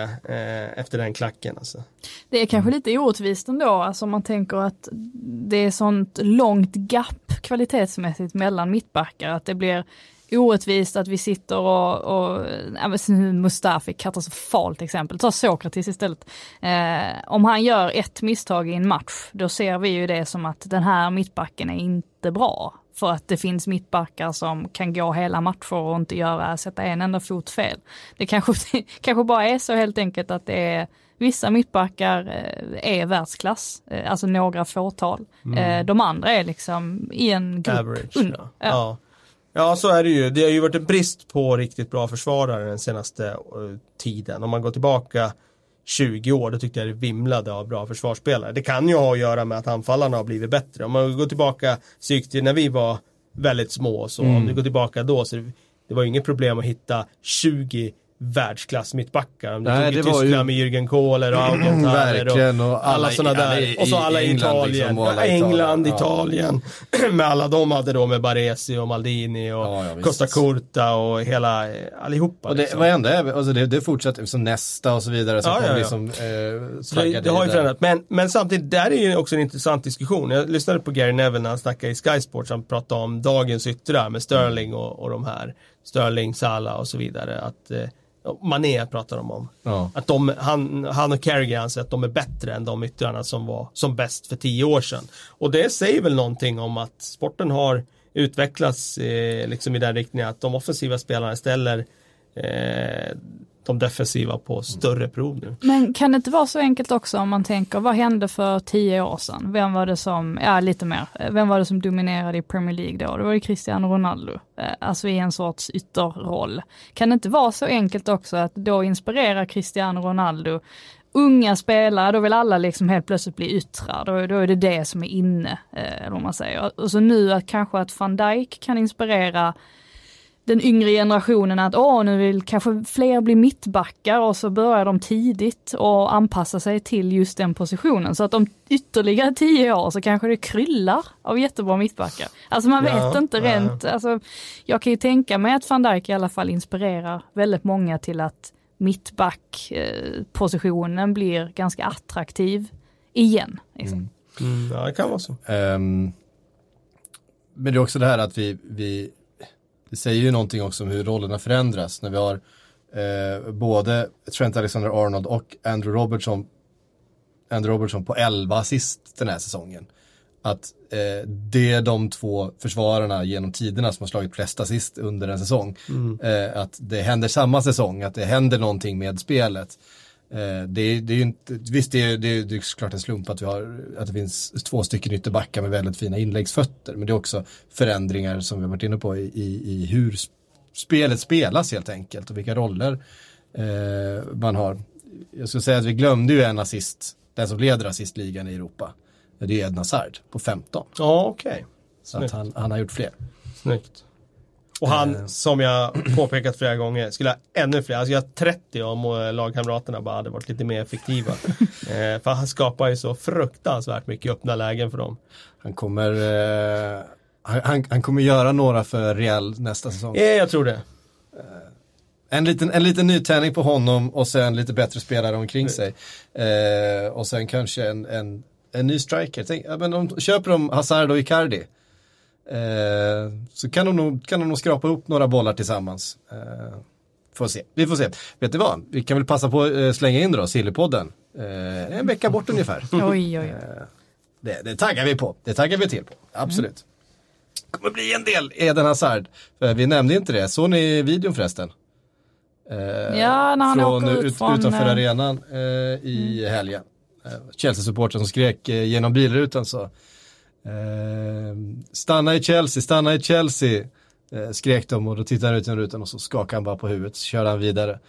efter den klacken alltså. Det är kanske lite orättvist ändå, alltså om man tänker att det är sånt långt gap kvalitetsmässigt mellan mittbackar, att det blir orättvist att vi sitter och Mustafi, katastrofalt exempel, ta Sokratis istället. Om han gör ett misstag i en match, då ser vi ju det som att den här mittbacken är inte bra. För att det finns mittbackar som kan gå hela matcher och inte sätta en enda fot fel. Det kanske bara är så helt enkelt att det är vissa mittbackar är världsklass, alltså några fåtal. De andra är liksom i en grupp average, under. Ja, så är det ju. Det har ju varit en brist på riktigt bra försvarare den senaste tiden. Om man går tillbaka 20 år, då tyckte jag det vimlade av bra försvarsspelare. Det kan ju ha att göra med att anfallarna har blivit bättre. Om man går tillbaka till när vi var väldigt små, så om vi går tillbaka då, så det var ju inget problem att hitta 20 världsklass mittbackar. Om du tog i Tyskland med Jürgen Kohler och Augenthaler och alla sådana där. Och så alla i Italien. Liksom, England, Italien. Med alla de hade då med Baresi och Maldini och Costa Curta och hela allihopa. Och det liksom. var ändå, alltså det fortsatte som nästa och så vidare. Så liksom, det har ju förändrat. Men samtidigt, där är ju också en intressant diskussion. Jag lyssnade på Gary Neville när han snackade i Sky Sports. Han pratade om dagens yttrar med Sterling och de här. Sterling, Salah och så vidare. Att Mané pratar de om. Att han och Carragher anser att de är bättre än de yttrarna som var som bäst för 10 år sedan. Och det säger väl någonting om att sporten har utvecklats liksom i den riktningen att de offensiva spelarna ställer de defensiva på större prov nu. Men kan det inte vara så enkelt också om man tänker, vad hände för 10 år sedan? Vem var det som, lite mer, vem var det som dominerade i Premier League då? Det var ju Cristiano Ronaldo, alltså i en sorts ytterroll. Kan det inte vara så enkelt också att då inspirera Cristiano Ronaldo unga spelare, då vill alla liksom helt plötsligt bli yttrar, då är det som är inne, eller vad man säger. Och så nu att kanske att Van Dijk kan inspirera den yngre generationen att nu vill kanske fler bli mittbackar, och så börjar de tidigt och anpassa sig till just den positionen. Så att om ytterligare 10 år så kanske det kryllar av jättebra mittbackar. Alltså man vet inte rent. Alltså, jag kan ju tänka mig att Van Dijk i alla fall inspirerar väldigt många till att mittbackpositionen blir ganska attraktiv igen. Liksom. Ja, det kan vara så. Men det är också det här att vi det säger ju någonting också om hur rollerna förändras när vi har både Trent Alexander-Arnold och Andrew Robertson på 11 assist den här säsongen. Att det är de 2 försvararna genom tiderna som har slagit flest assist under en säsong. Att det händer samma säsong, att det händer någonting med spelet. Det är ju inte, visst det är såklart en slump att det finns 2 stycken ytterbackar med väldigt fina inläggsfötter, men det är också förändringar som vi har varit inne på i hur spelet spelas helt enkelt och vilka roller man har. Jag skulle säga att vi glömde ju en assist, den som leder assistligan i Europa. Det är Eden Hazard på 15. Ja, okej. Så att han har gjort fler. Snyggt. Och han, som jag påpekat flera gånger, skulle ha ännu fler. Alltså jag har 30 om lagkamraterna bara hade varit lite mer effektiva. För han skapar ju så fruktansvärt mycket öppna lägen för dem. Han kommer göra några för Real nästa säsong. Ja, jag tror det. En liten nytändning på honom och sen lite bättre spelare omkring sig. Och sen kanske en ny striker. Köper de Hazard och Icardi, så kan de nog skrapa upp några bollar tillsammans. Vi får se. Vet du vad? Vi kan väl passa på att slänga in då Sillypodden. En vecka bort ungefär. Oj. Det taggar vi på. Det taggar vi till på. Absolut. Det kommer bli en del Eden Hazard. Vi nämnde inte det. Såg ni videon förresten? Ja, när han åker ut från utanför arenan i helgen. Chelsea-supporten som skrek genom bilrutan så stanna i Chelsea, skrek de, och då tittade han ut genom rutan och så skakade han bara på huvudet, så körde han vidare.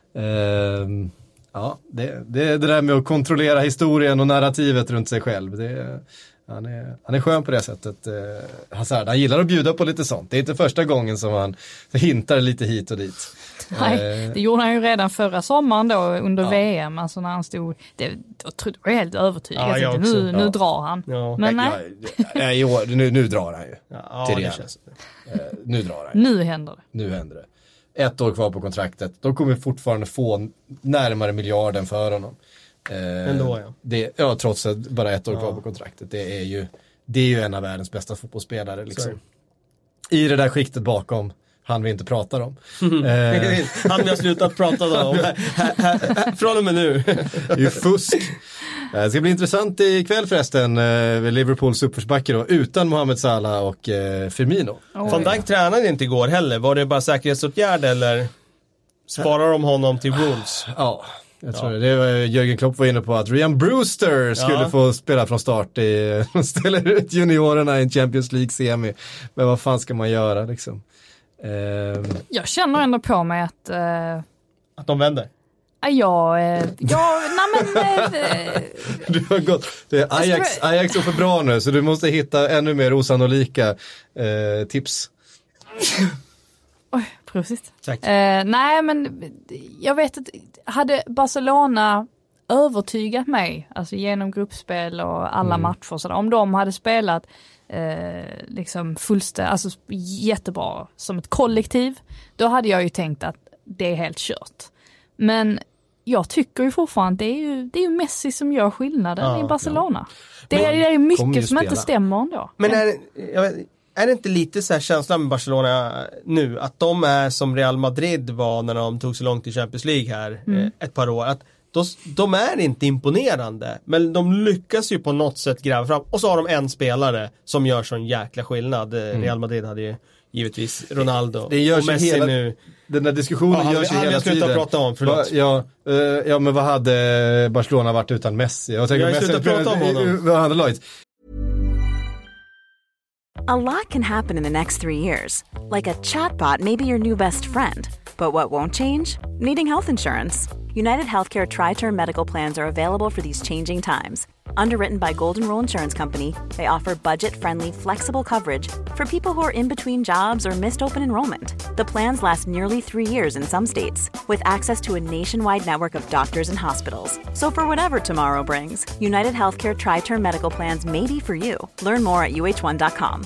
Ja, det är det där med att kontrollera historien och narrativet runt sig själv. Han är skön på det sättet. Hazard, han gillar att bjuda på lite sånt. Det är inte första gången som han hintar lite hit och dit. Nej, det gjorde han ju redan förra sommaren då under VM, alltså när han stod, då trodde jag helt övertygad. Ja, nu drar han. Ja. Men nej. Nu drar han ju. Ja, till det Real. känns det. Nu drar han. Nu händer det. 1 år kvar på kontraktet. De kommer fortfarande få närmare miljarden för honom. Ändå, ja. Trots att bara 1 år kvar på kontraktet. Det är ju en av världens bästa fotbollsspelare liksom. I det där skiktet bakom han vi inte pratar om. Han vi har slutat prata om. Från och med nu. Det är ju fusk. Det ska bli intressant ikväll förresten. Liverpools uppförsbacke då, utan Mohamed Salah och Firmino. Van Dijk tränade inte igår heller. Var det bara säkerhetsåtgärd eller sparar de honom till Wolves? Ja, jag tror det var Jürgen Klopp var inne på att Ryan Brewster skulle få spela från start. De ställer ut juniorerna i en Champions League-semi. Men vad fan ska man göra liksom? Jag känner ändå på mig att de vänder. Du har gått. Det är Ajax är för bra nu, så du måste hitta ännu mer osannolika tips. Oj, prosit. Nej, men jag vet att hade Barcelona övertygat mig, alltså genom gruppspel och alla matcher, så om de hade spelat liksom alltså jättebra som ett kollektiv, då hade jag ju tänkt att det är helt kört. Men jag tycker ju fortfarande det är ju Messi som gör skillnaden i Barcelona. Det är mycket som inte stämmer ändå. Men är det inte lite så här känslan med Barcelona nu, att de är som Real Madrid var när de tog så långt i Champions League här ett par år, att de är inte imponerande, men de lyckas ju på något sätt gräva fram, och så har de en spelare som gör sån jäkla skillnad. Real Madrid hade ju givetvis Ronaldo. Det görs och Messi nu. Den där diskussionen görs ju hela tiden. Prata om, förlåt. Ja, men vad hade Barcelona varit utan Messi? Jag tänker Messi prata om honom. Vad hade laget? A lot can happen in the next 3 years. Like a chatbot may be your new best friend. But what won't change? Needing health insurance. United Healthcare Tri-Term Medical Plans are available for these changing times. Underwritten by Golden Rule Insurance Company, they offer budget-friendly, flexible coverage for people who are in between jobs or missed open enrollment. The plans last nearly 3 years in some states, with access to a nationwide network of doctors and hospitals. So for whatever tomorrow brings, United Healthcare Tri-Term Medical Plans may be for you. Learn more at uh1.com.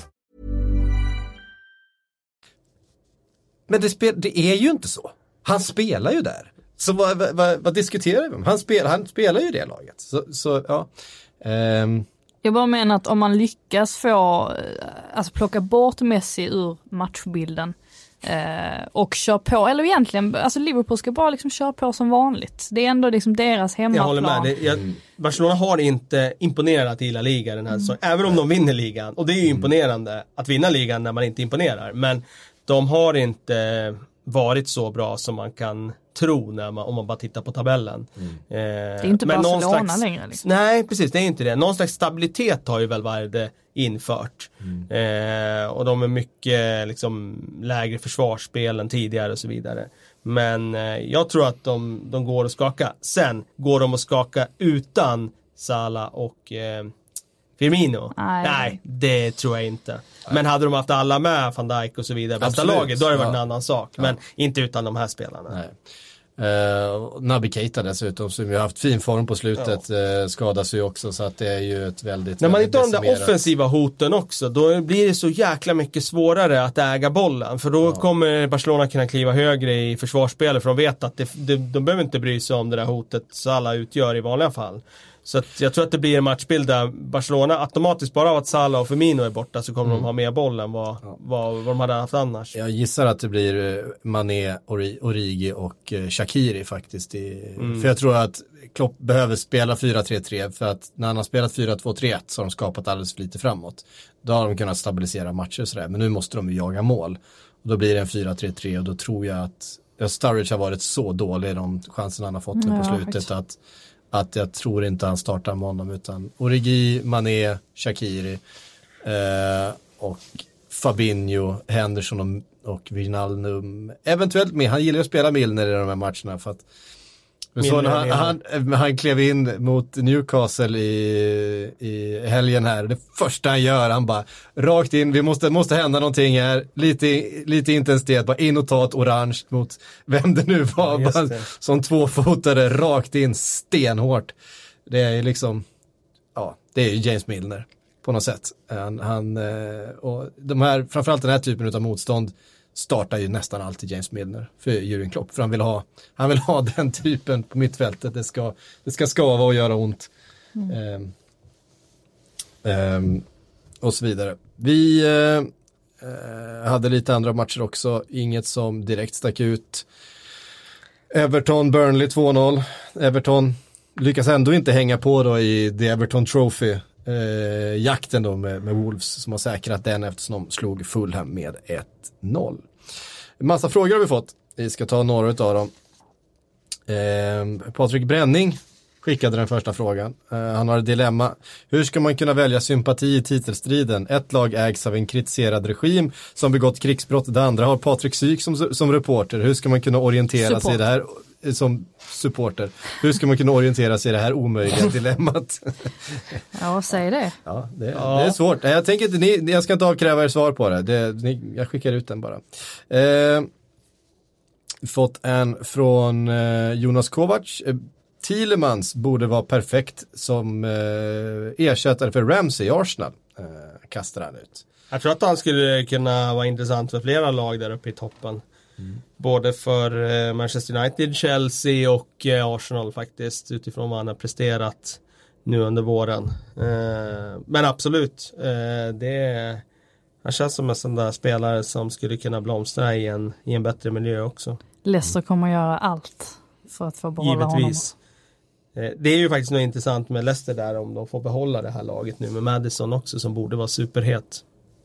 Men det är ju inte så. Han spelar ju där. Så vad diskuterar vi om? Han spelar ju det laget. Så ja. Jag bara menar att om man lyckas plocka bort Messi ur matchbilden och kör på, eller egentligen, alltså Liverpool ska bara liksom köra på som vanligt. Det är ändå liksom deras hemmaplan. Jag håller med. Barcelona har inte imponerat i La Liga den här säsongen, även om de vinner ligan. Och det är ju imponerande att vinna ligan när man inte imponerar. Men de har inte varit så bra som man kan tro om man bara tittar på tabellen. Det är inte Barcelona längre. Liksom. Nej, precis, det är inte det. Någon slags stabilitet har ju väl Valverde infört. Och de är mycket liksom, lägre försvarsspel än tidigare och så vidare. Men jag tror att de går att skaka. Sen går de att skaka utan Salah och Firmino. Nej, det tror jag inte. Men hade de haft alla med, Van Dijk och så vidare, bästa laget, då hade det varit en annan sak. Men inte utan de här spelarna. Nej. Naby Keita dessutom, som ju har haft fin form på slutet, skadas ju också, så att det är ju ett väldigt... När man inte har de där offensiva hoten också, då blir det så jäkla mycket svårare att äga bollen, för då kommer Barcelona kunna kliva högre i försvarsspelet, för de vet att de behöver inte bry sig om det där hotet så alla utgör i vanliga fall. Så att jag tror att det blir en matchbild där Barcelona automatiskt, bara av att Salah och Firmino är borta, så kommer de ha mer boll än vad de hade haft annars. Jag gissar att det blir Mané, Origi och Shaqiri faktiskt. För jag tror att Klopp behöver spela 4-3-3, för att när han har spelat 4-2-3-1 så har de skapat alldeles för lite framåt. Då har de kunnat stabilisera matcher och sådär, men nu måste de ju jaga mål. Och då blir det en 4-3-3, och då tror jag att Sturridge har varit så dålig de chanserna han har fått på slutet att jag tror inte han startar med honom, utan Origi, Mané, Shaqiri och Fabinho, Henderson och Wijnaldum. Eventuellt med, han gillar att spela Milner i de här matcherna, för att så när han klev in mot Newcastle i helgen här, det första han gör, han bara rakt in, vi måste hända någonting här, lite intensitet, bara in och ta ett orange mot vem det nu var, bara, som tvåfotare rakt in stenhårt. Det är ju liksom, det är ju James Milner på något sätt. Han och de här, framförallt den här typen av motstånd startar ju nästan alltid James Milner för Jürgen Klopp, för han vill ha den typen på mittfältet. Det ska skava och göra ont. Och så vidare. Vi hade lite andra matcher också, inget som direkt stack ut. Everton Burnley 2-0. Everton lyckas ändå inte hänga på då i The Everton Trophy jakten då med Wolves, som har säkrat den eftersom de slog Fulham med 1-0. En massa frågor har vi fått. Vi ska ta några av dem. Patrik Bränning skickade den första frågan. Han har ett dilemma. Hur ska man kunna välja sympati i titelstriden? Ett lag ägs av en kritiserad regim som begått krigsbrott. Det andra har Patrik Syk som reporter. Hur ska man kunna orientera sig i det här som supporter? Hur ska man kunna orientera sig i det här omöjliga dilemmat? Ja, säg det. Ja, det är svårt. Jag tänker inte, jag ska inte avkräva er svar på det. Jag skickar ut den bara. Fått en från Jonas Kovac. Tielemans borde vara perfekt som ersättare för Ramsey i Arsenal, kastar han ut. Jag tror att han skulle kunna vara intressant för flera lag där uppe i toppen. Både för Manchester United, Chelsea och Arsenal faktiskt, utifrån vad han har presterat nu under våren. Men absolut, han känns som en sån där spelare som skulle kunna blomstra i en bättre miljö också. Leicester kommer att göra allt för att få behålla honom. Det är ju faktiskt något intressant med Leicester där, om de får behålla det här laget nu med Maddison också, som borde vara superhet.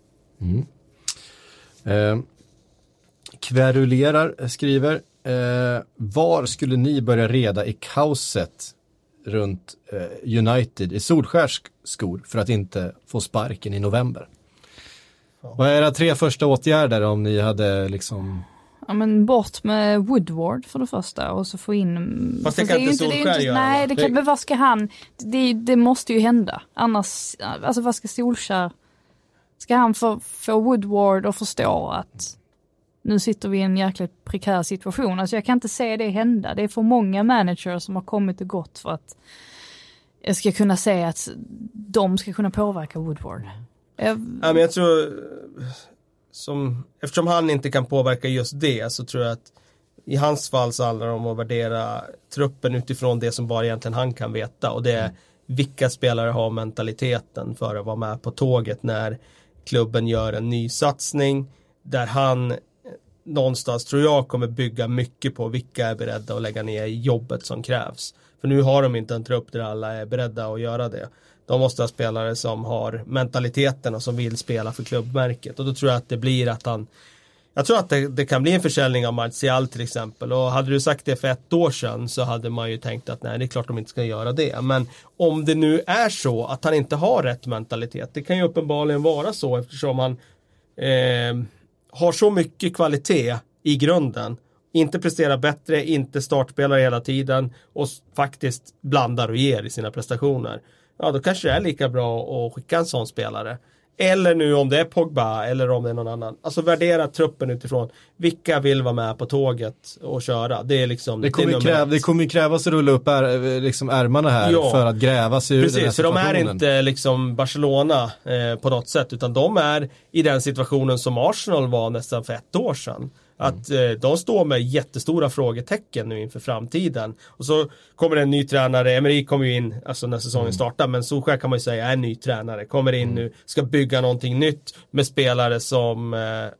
Kverulerar skriver, var skulle ni börja reda i kaoset runt United i Solskjärs skor för att inte få sparken i november? Vad är era 3 första åtgärder om ni hade liksom... Ja, men bort med Woodward för det första, och så få in... Fast det kan inte Solskjær göra. Nej, det kan, men vad ska han... Det måste ju hända. Annars, alltså vad ska Solskjær... Ska han få Woodward att förstå att nu sitter vi i en jäkligt prekär situation? Alltså jag kan inte se det hända. Det är för många managers som har kommit och gått för att jag ska kunna säga att de ska kunna påverka Woodward. Ja, men jag tror... eftersom han inte kan påverka just det, så tror jag att i hans fall så handlar det om att värdera truppen utifrån det som bara egentligen han kan veta, och det är vilka spelare har mentaliteten för att vara med på tåget när klubben gör en ny satsning, där han någonstans, tror jag, kommer bygga mycket på vilka är beredda att lägga ner jobbet som krävs. För nu har de inte en trupp där alla är beredda att göra det. De måste ha spelare som har mentaliteten och som vill spela för klubbmärket. Och då tror jag att det blir att Jag tror att det kan bli en försäljning av Martial till exempel, och hade du sagt det för 1 år sedan så hade man ju tänkt att nej, det är klart de inte ska göra det. Men om det nu är så att han inte har rätt mentalitet, det kan ju uppenbarligen vara så eftersom han har så mycket kvalitet i grunden, inte presterar bättre, inte startspelar hela tiden och faktiskt blandar och ger i sina prestationer. Ja, då kanske det är lika bra att skicka en sån spelare. Eller nu om det är Pogba eller om det är någon annan. Alltså värdera truppen utifrån vilka vill vara med på tåget och köra. Det är liksom det kommer ju krävas att rulla upp liksom ärmarna här för att gräva sig ur den här situationen. För de är inte liksom Barcelona på något sätt, utan de är i den situationen som Arsenal var nästan för 1 år sedan. Att de står med jättestora frågetecken nu inför framtiden. Och så kommer en ny tränare, Emery kommer ju in alltså när säsongen startar, men Solskjaer kan man ju säga är en ny tränare. Kommer in nu, ska bygga någonting nytt med spelare som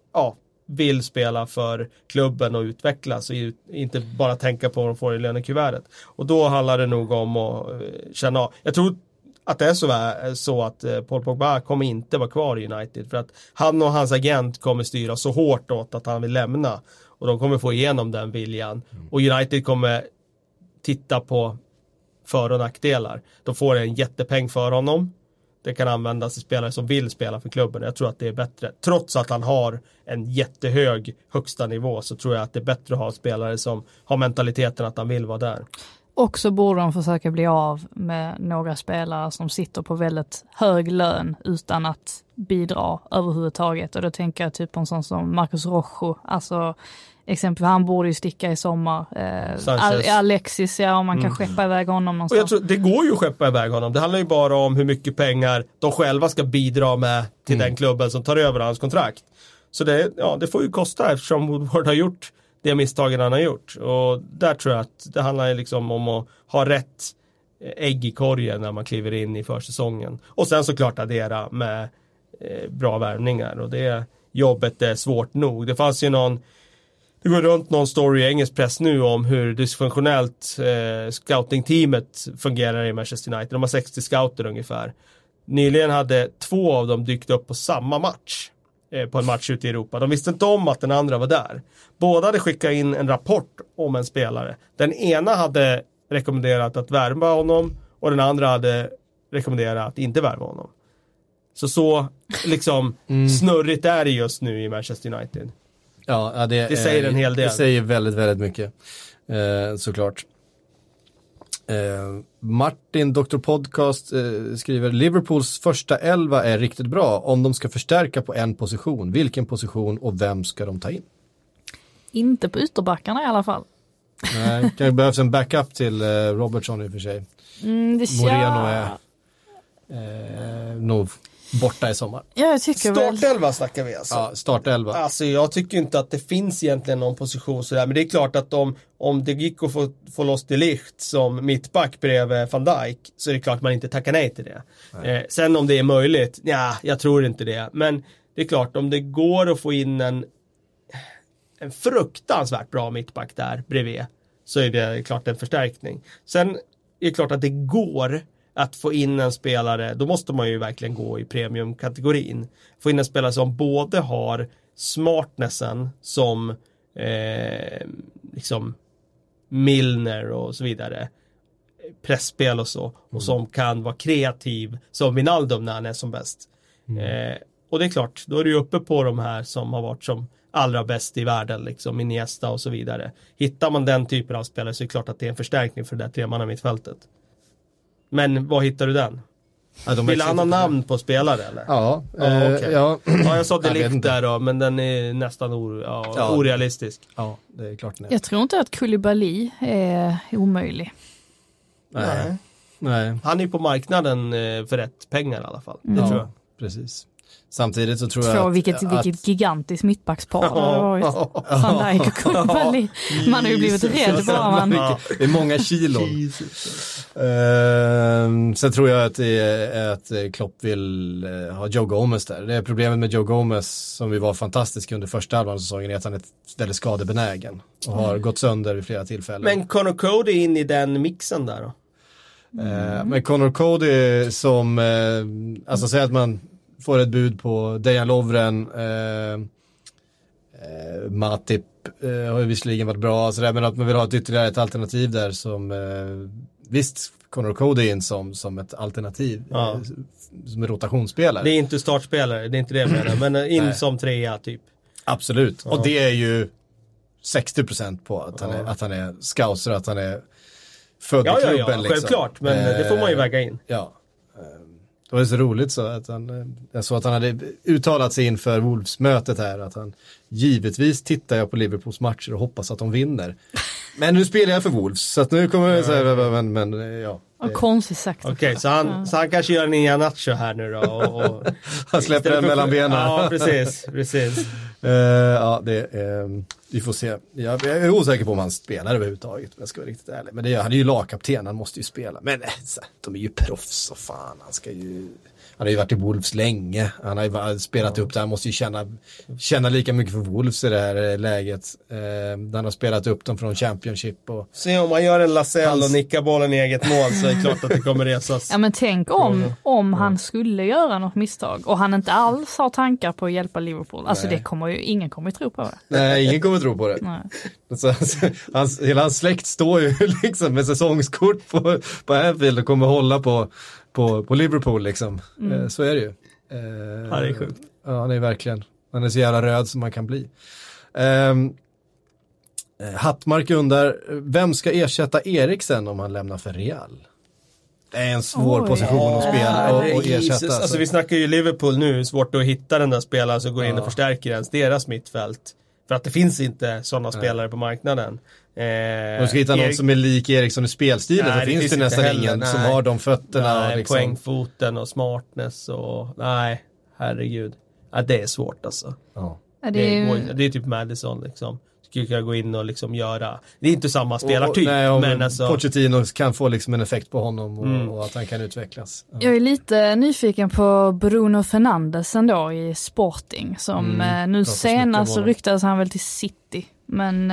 vill spela för klubben och utvecklas och inte bara tänka på vad de får i lönekuvertet. Och då handlar det nog om att känna av. Jag tror att det är så att Paul Pogba kommer inte vara kvar i United, för att han och hans agent kommer styra så hårt åt att han vill lämna, och de kommer få igenom den viljan. Och United kommer titta på för- och nackdelar. De får en jättepeng för honom. Det kan användas till spelare som vill spela för klubben. Jag tror att det är bättre. Trots att han har en jättehög högsta nivå, så tror jag att det är bättre att ha spelare som har mentaliteten att han vill vara där. Och så borde de försöka bli av med några spelare som sitter på väldigt hög lön utan att bidra överhuvudtaget. Och då tänker jag typ på en sån som Marcus Rojo. Alltså exempelvis, han borde ju sticka i sommar. Alexis, om man kan skeppa iväg honom någonstans. Och jag tror, det går ju att skeppa iväg honom. Det handlar ju bara om hur mycket pengar de själva ska bidra med till den klubben som tar över hans kontrakt. Så det får ju kosta, eftersom Woodward har gjort det misstagen han har gjort. Och där tror jag att det handlar liksom om att ha rätt ägg i korgen när man kliver in i försäsongen. Och sen såklart addera med bra värvningar. Och det jobbet är svårt nog. Det fanns ju det går runt någon story i engelsk press nu om hur dysfunktionellt scoutingteamet fungerar i Manchester United. De har 60 scouter ungefär. Nyligen hade 2 av dem dykt upp på samma match. På en match ute i Europa. De visste inte om att den andra var där. Båda hade skickat in en rapport om en spelare. Den ena hade rekommenderat att värva honom och den andra hade rekommenderat att inte värva honom. Så liksom snurrigt är det just nu i Manchester United. Ja, det säger en hel del. Det säger väldigt, väldigt mycket. Såklart. Martin, Dr. Podcast skriver: Liverpools första 11 är riktigt bra om de ska förstärka på en position. Vilken position och vem ska de ta in? Inte på ytterbackarna i alla fall. Nej, det behövs en backup till Robertson i och för sig. Moreno är nog borta i sommar. Ja, jag tycker startelva snackar vi alltså. Ja, startelva. Alltså jag tycker inte att det finns egentligen någon position sådär, men det är klart att om det gick att få loss De Ligt som mittback bredvid Van Dijk, så är det klart man inte tackar nej till det. Sen om det är möjligt, jag tror inte det. Men det är klart, om det går att få in en fruktansvärt bra mittback där bredvid, så är det klart en förstärkning. Sen är det klart att det går att få in en spelare, då måste man ju verkligen gå i premiumkategorin. Få in en spelare som både har smartnessen som liksom Milner och så vidare, pressspel och så, och som kan vara kreativ som Wijnaldum när han är som bäst. Och det är klart, då är du uppe på de här som har varit som allra bäst i världen, liksom Iniesta och så vidare. Hittar man den typen av spelare så är det klart att det är en förstärkning för det där tremanna mittfältet. Men vad hittar du den? Vill han ha namn på spelare eller? Ja, okay. Ja, jag sa det likt där då, men den är nästan orealistisk. Ja, det är klart. Jag tror inte att Koulibaly är omöjlig. Nej. Han är på marknaden för rätt pengar i alla fall. Det tror jag. Precis. Samtidigt så tror jag att vilket gigantiskt mittbackspar det har varit. Van Dijk och Koulibaly. Man har ju blivit rädd bara man. Det är många kilon. Sen tror jag att Klopp vill ha Joe Gomez där. Det är problemet med Joe Gomez, som vi var fantastiska under första halvan av säsongen, är att han är väldigt skadebenägen och har gått sönder vid flera tillfällen. Men Connor Cody in i den mixen där då? Men Connor Cody som alltså säger att man får ett bud på Dejan Lovren, Matip har ju visserligen varit bra så där, men att man vill ha ytterligare ett alternativ där som visst Connor Cody in som ett alternativ som en rotationsspelare. Det är inte startspelare, det är inte det jag menar, men in som trea typ. Absolut, och det är ju 60% på att han är scouser, att han är född i klubben. Ja, liksom. Självklart, men det får man ju väga in. Ja. Det var så roligt så att jag såg att han hade uttalat sig inför Wolves-mötet här, att han givetvis tittar jag på Liverpools matcher och hoppas att de vinner. Men nu spelar jag för Wolves, så att nu kommer jag säga, men ja. Och konstigt sagt. Okej, så han kanske gör en Iheanacho här nu då. Och han släpper den mellan benen. Ja, precis. Ja, vi får se. Jag är osäker på om han spelar överhuvudtaget, men jag ska vara riktigt ärlig. Men han är ju lagkapten, han måste ju spela. Men de är ju proffs och fan, han har ju varit i Wolves länge. Han har ju spelat upp där. Han måste ju känna lika mycket för Wolves i det här läget. Han har spelat upp dem från Championship. Och se om man gör en Lascelles och nickar bollen i eget mål, så är det klart att det kommer resas. Ja, men tänk om han skulle göra något misstag och han inte alls har tankar på att hjälpa Liverpool. Alltså ingen kommer tro på det. Nej, ingen kommer tro på det. Nej. Hela hans släkt står ju liksom med säsongskort på Anfield och kommer hålla på Liverpool liksom. Så är det ju. Ja, det är sjukt. Ja, han är verkligen. Han är så jävla röd som man kan bli. Hattmark undrar, vem ska ersätta Eriksen om han lämnar för Real? Det är en svår position att spela och ersätta. Alltså vi snackar ju Liverpool nu, svårt att hitta den där spelaren som går in och förstärker ens deras mittfält. För att det finns inte sådana spelare på marknaden. Om du ska hitta någon som är lik Eriksson i spelstilen, så finns det nästan ingen som har de fötterna. Nej, och liksom poängfoten och smartness och nej, herregud. Ja, det är svårt alltså. Ja. Det är typ Madison liksom. Skulle kunna gå in och liksom göra. Det är inte samma spelartyp. Men alltså Pochettino kan få liksom en effekt på honom och att han kan utvecklas. Ja. Jag är lite nyfiken på Bruno Fernandes ändå i Sporting. Som nu senast så ryktades han väl till City. Men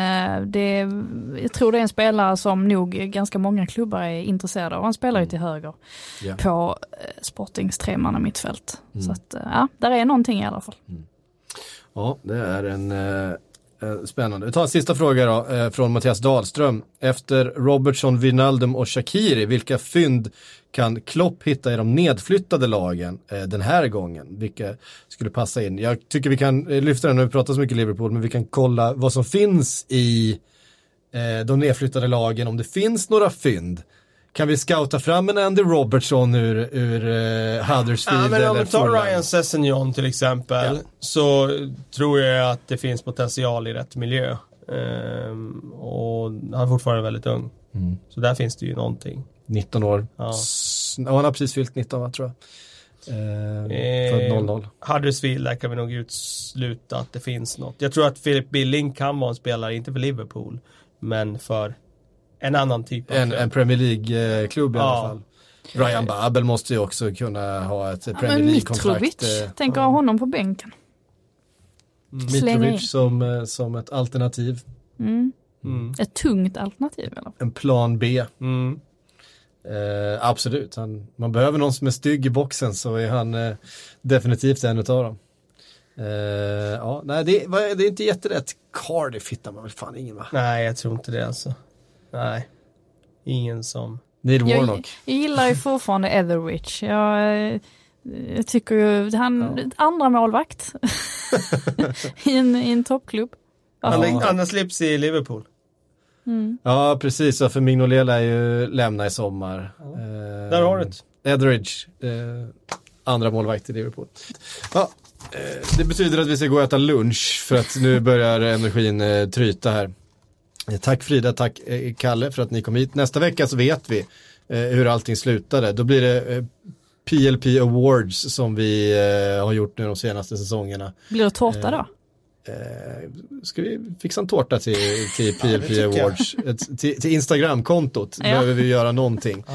jag tror det är en spelare som nog ganska många klubbar är intresserade av. Han spelar ju till höger på Sportings tremanna mittfält. Så att där är någonting i alla fall. Ja, det är en spännande. Vi tar en sista fråga då, från Mattias Dahlström. Efter Robertson, Wijnaldum och Shaqiri, vilka fynd kan Klopp hitta i de nedflyttade lagen den här gången? Vilka skulle passa in? Jag tycker vi kan lyfta den när vi pratar så mycket Liverpool, men vi kan kolla vad som finns i de nedflyttade lagen, om det finns några fynd. Kan vi scouta fram en Andy Robertson ur Huddersfield? Ja, men om vi tar Fulham? Ryan Sessegnon till exempel, så tror jag att det finns potential i rätt miljö. Och han är fortfarande väldigt ung. Så där finns det ju någonting. 19 år. Ja. Han har precis fyllt 19, va, tror jag. För 0-0. Huddersfield, där kan vi nog utsluta att det finns något. Jag tror att Philip Billing kan vara en spelare, inte för Liverpool, men för en annan typ av en Premier League-klubb i alla fall. Ryan Babel måste ju också kunna ha ett Premier League-kontrakt. Mitrovic, tänker ha honom på bänken. Mitrovic som ett alternativ. Ett tungt alternativ i alla fall. En plan B. Absolut. Man behöver någon som är stygg i boxen, så är han definitivt en utav dem. Nej, det är inte jätterätt. Cardiff hittar man väl fan ingen, va? Nej, jag tror inte det alltså. Nej, ingen som... Neil Warnock. Jag gillar ju fortfarande Etheridge. Jag tycker ju andra målvakt i en toppklubb. Andra slips i Liverpool. Ja, precis. För Mignolet lär ju lämna i sommar. Där har du det. Etheridge, andra målvakt i Liverpool. Ja, det betyder att vi ska gå och äta lunch, för att nu börjar energin tryta här. Tack Frida, tack Kalle för att ni kom hit. Nästa vecka så vet vi hur allting slutade. Då blir det PLP Awards som vi har gjort nu de senaste säsongerna. Blir det tårta då? Ska vi fixa en tårta till PLP Awards? Till Instagram-kontot behöver vi göra någonting.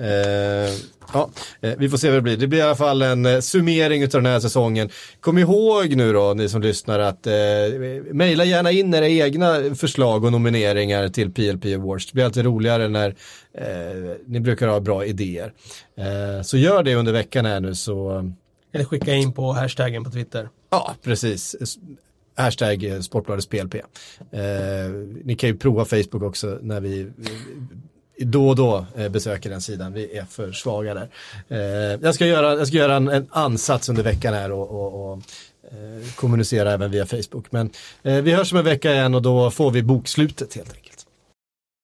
Vi får se vad det blir. Det blir i alla fall en summering av den här säsongen. Kom ihåg nu då, ni som lyssnar, att mejla gärna in era egna förslag och nomineringar till PLP Awards. Det blir alltid roligare när ni brukar ha bra idéer. Så gör det under veckan här nu, så... Eller skicka in på hashtaggen på Twitter. Ja, precis. hashtag Sportbladets PLP. Ni kan ju prova Facebook också när vi då och då besöker den sidan. Vi är för svaga där. Jag ska göra en ansats under veckan här och kommunicera även via Facebook. Men vi hörs om en vecka igen och då får vi bokslutet helt enkelt.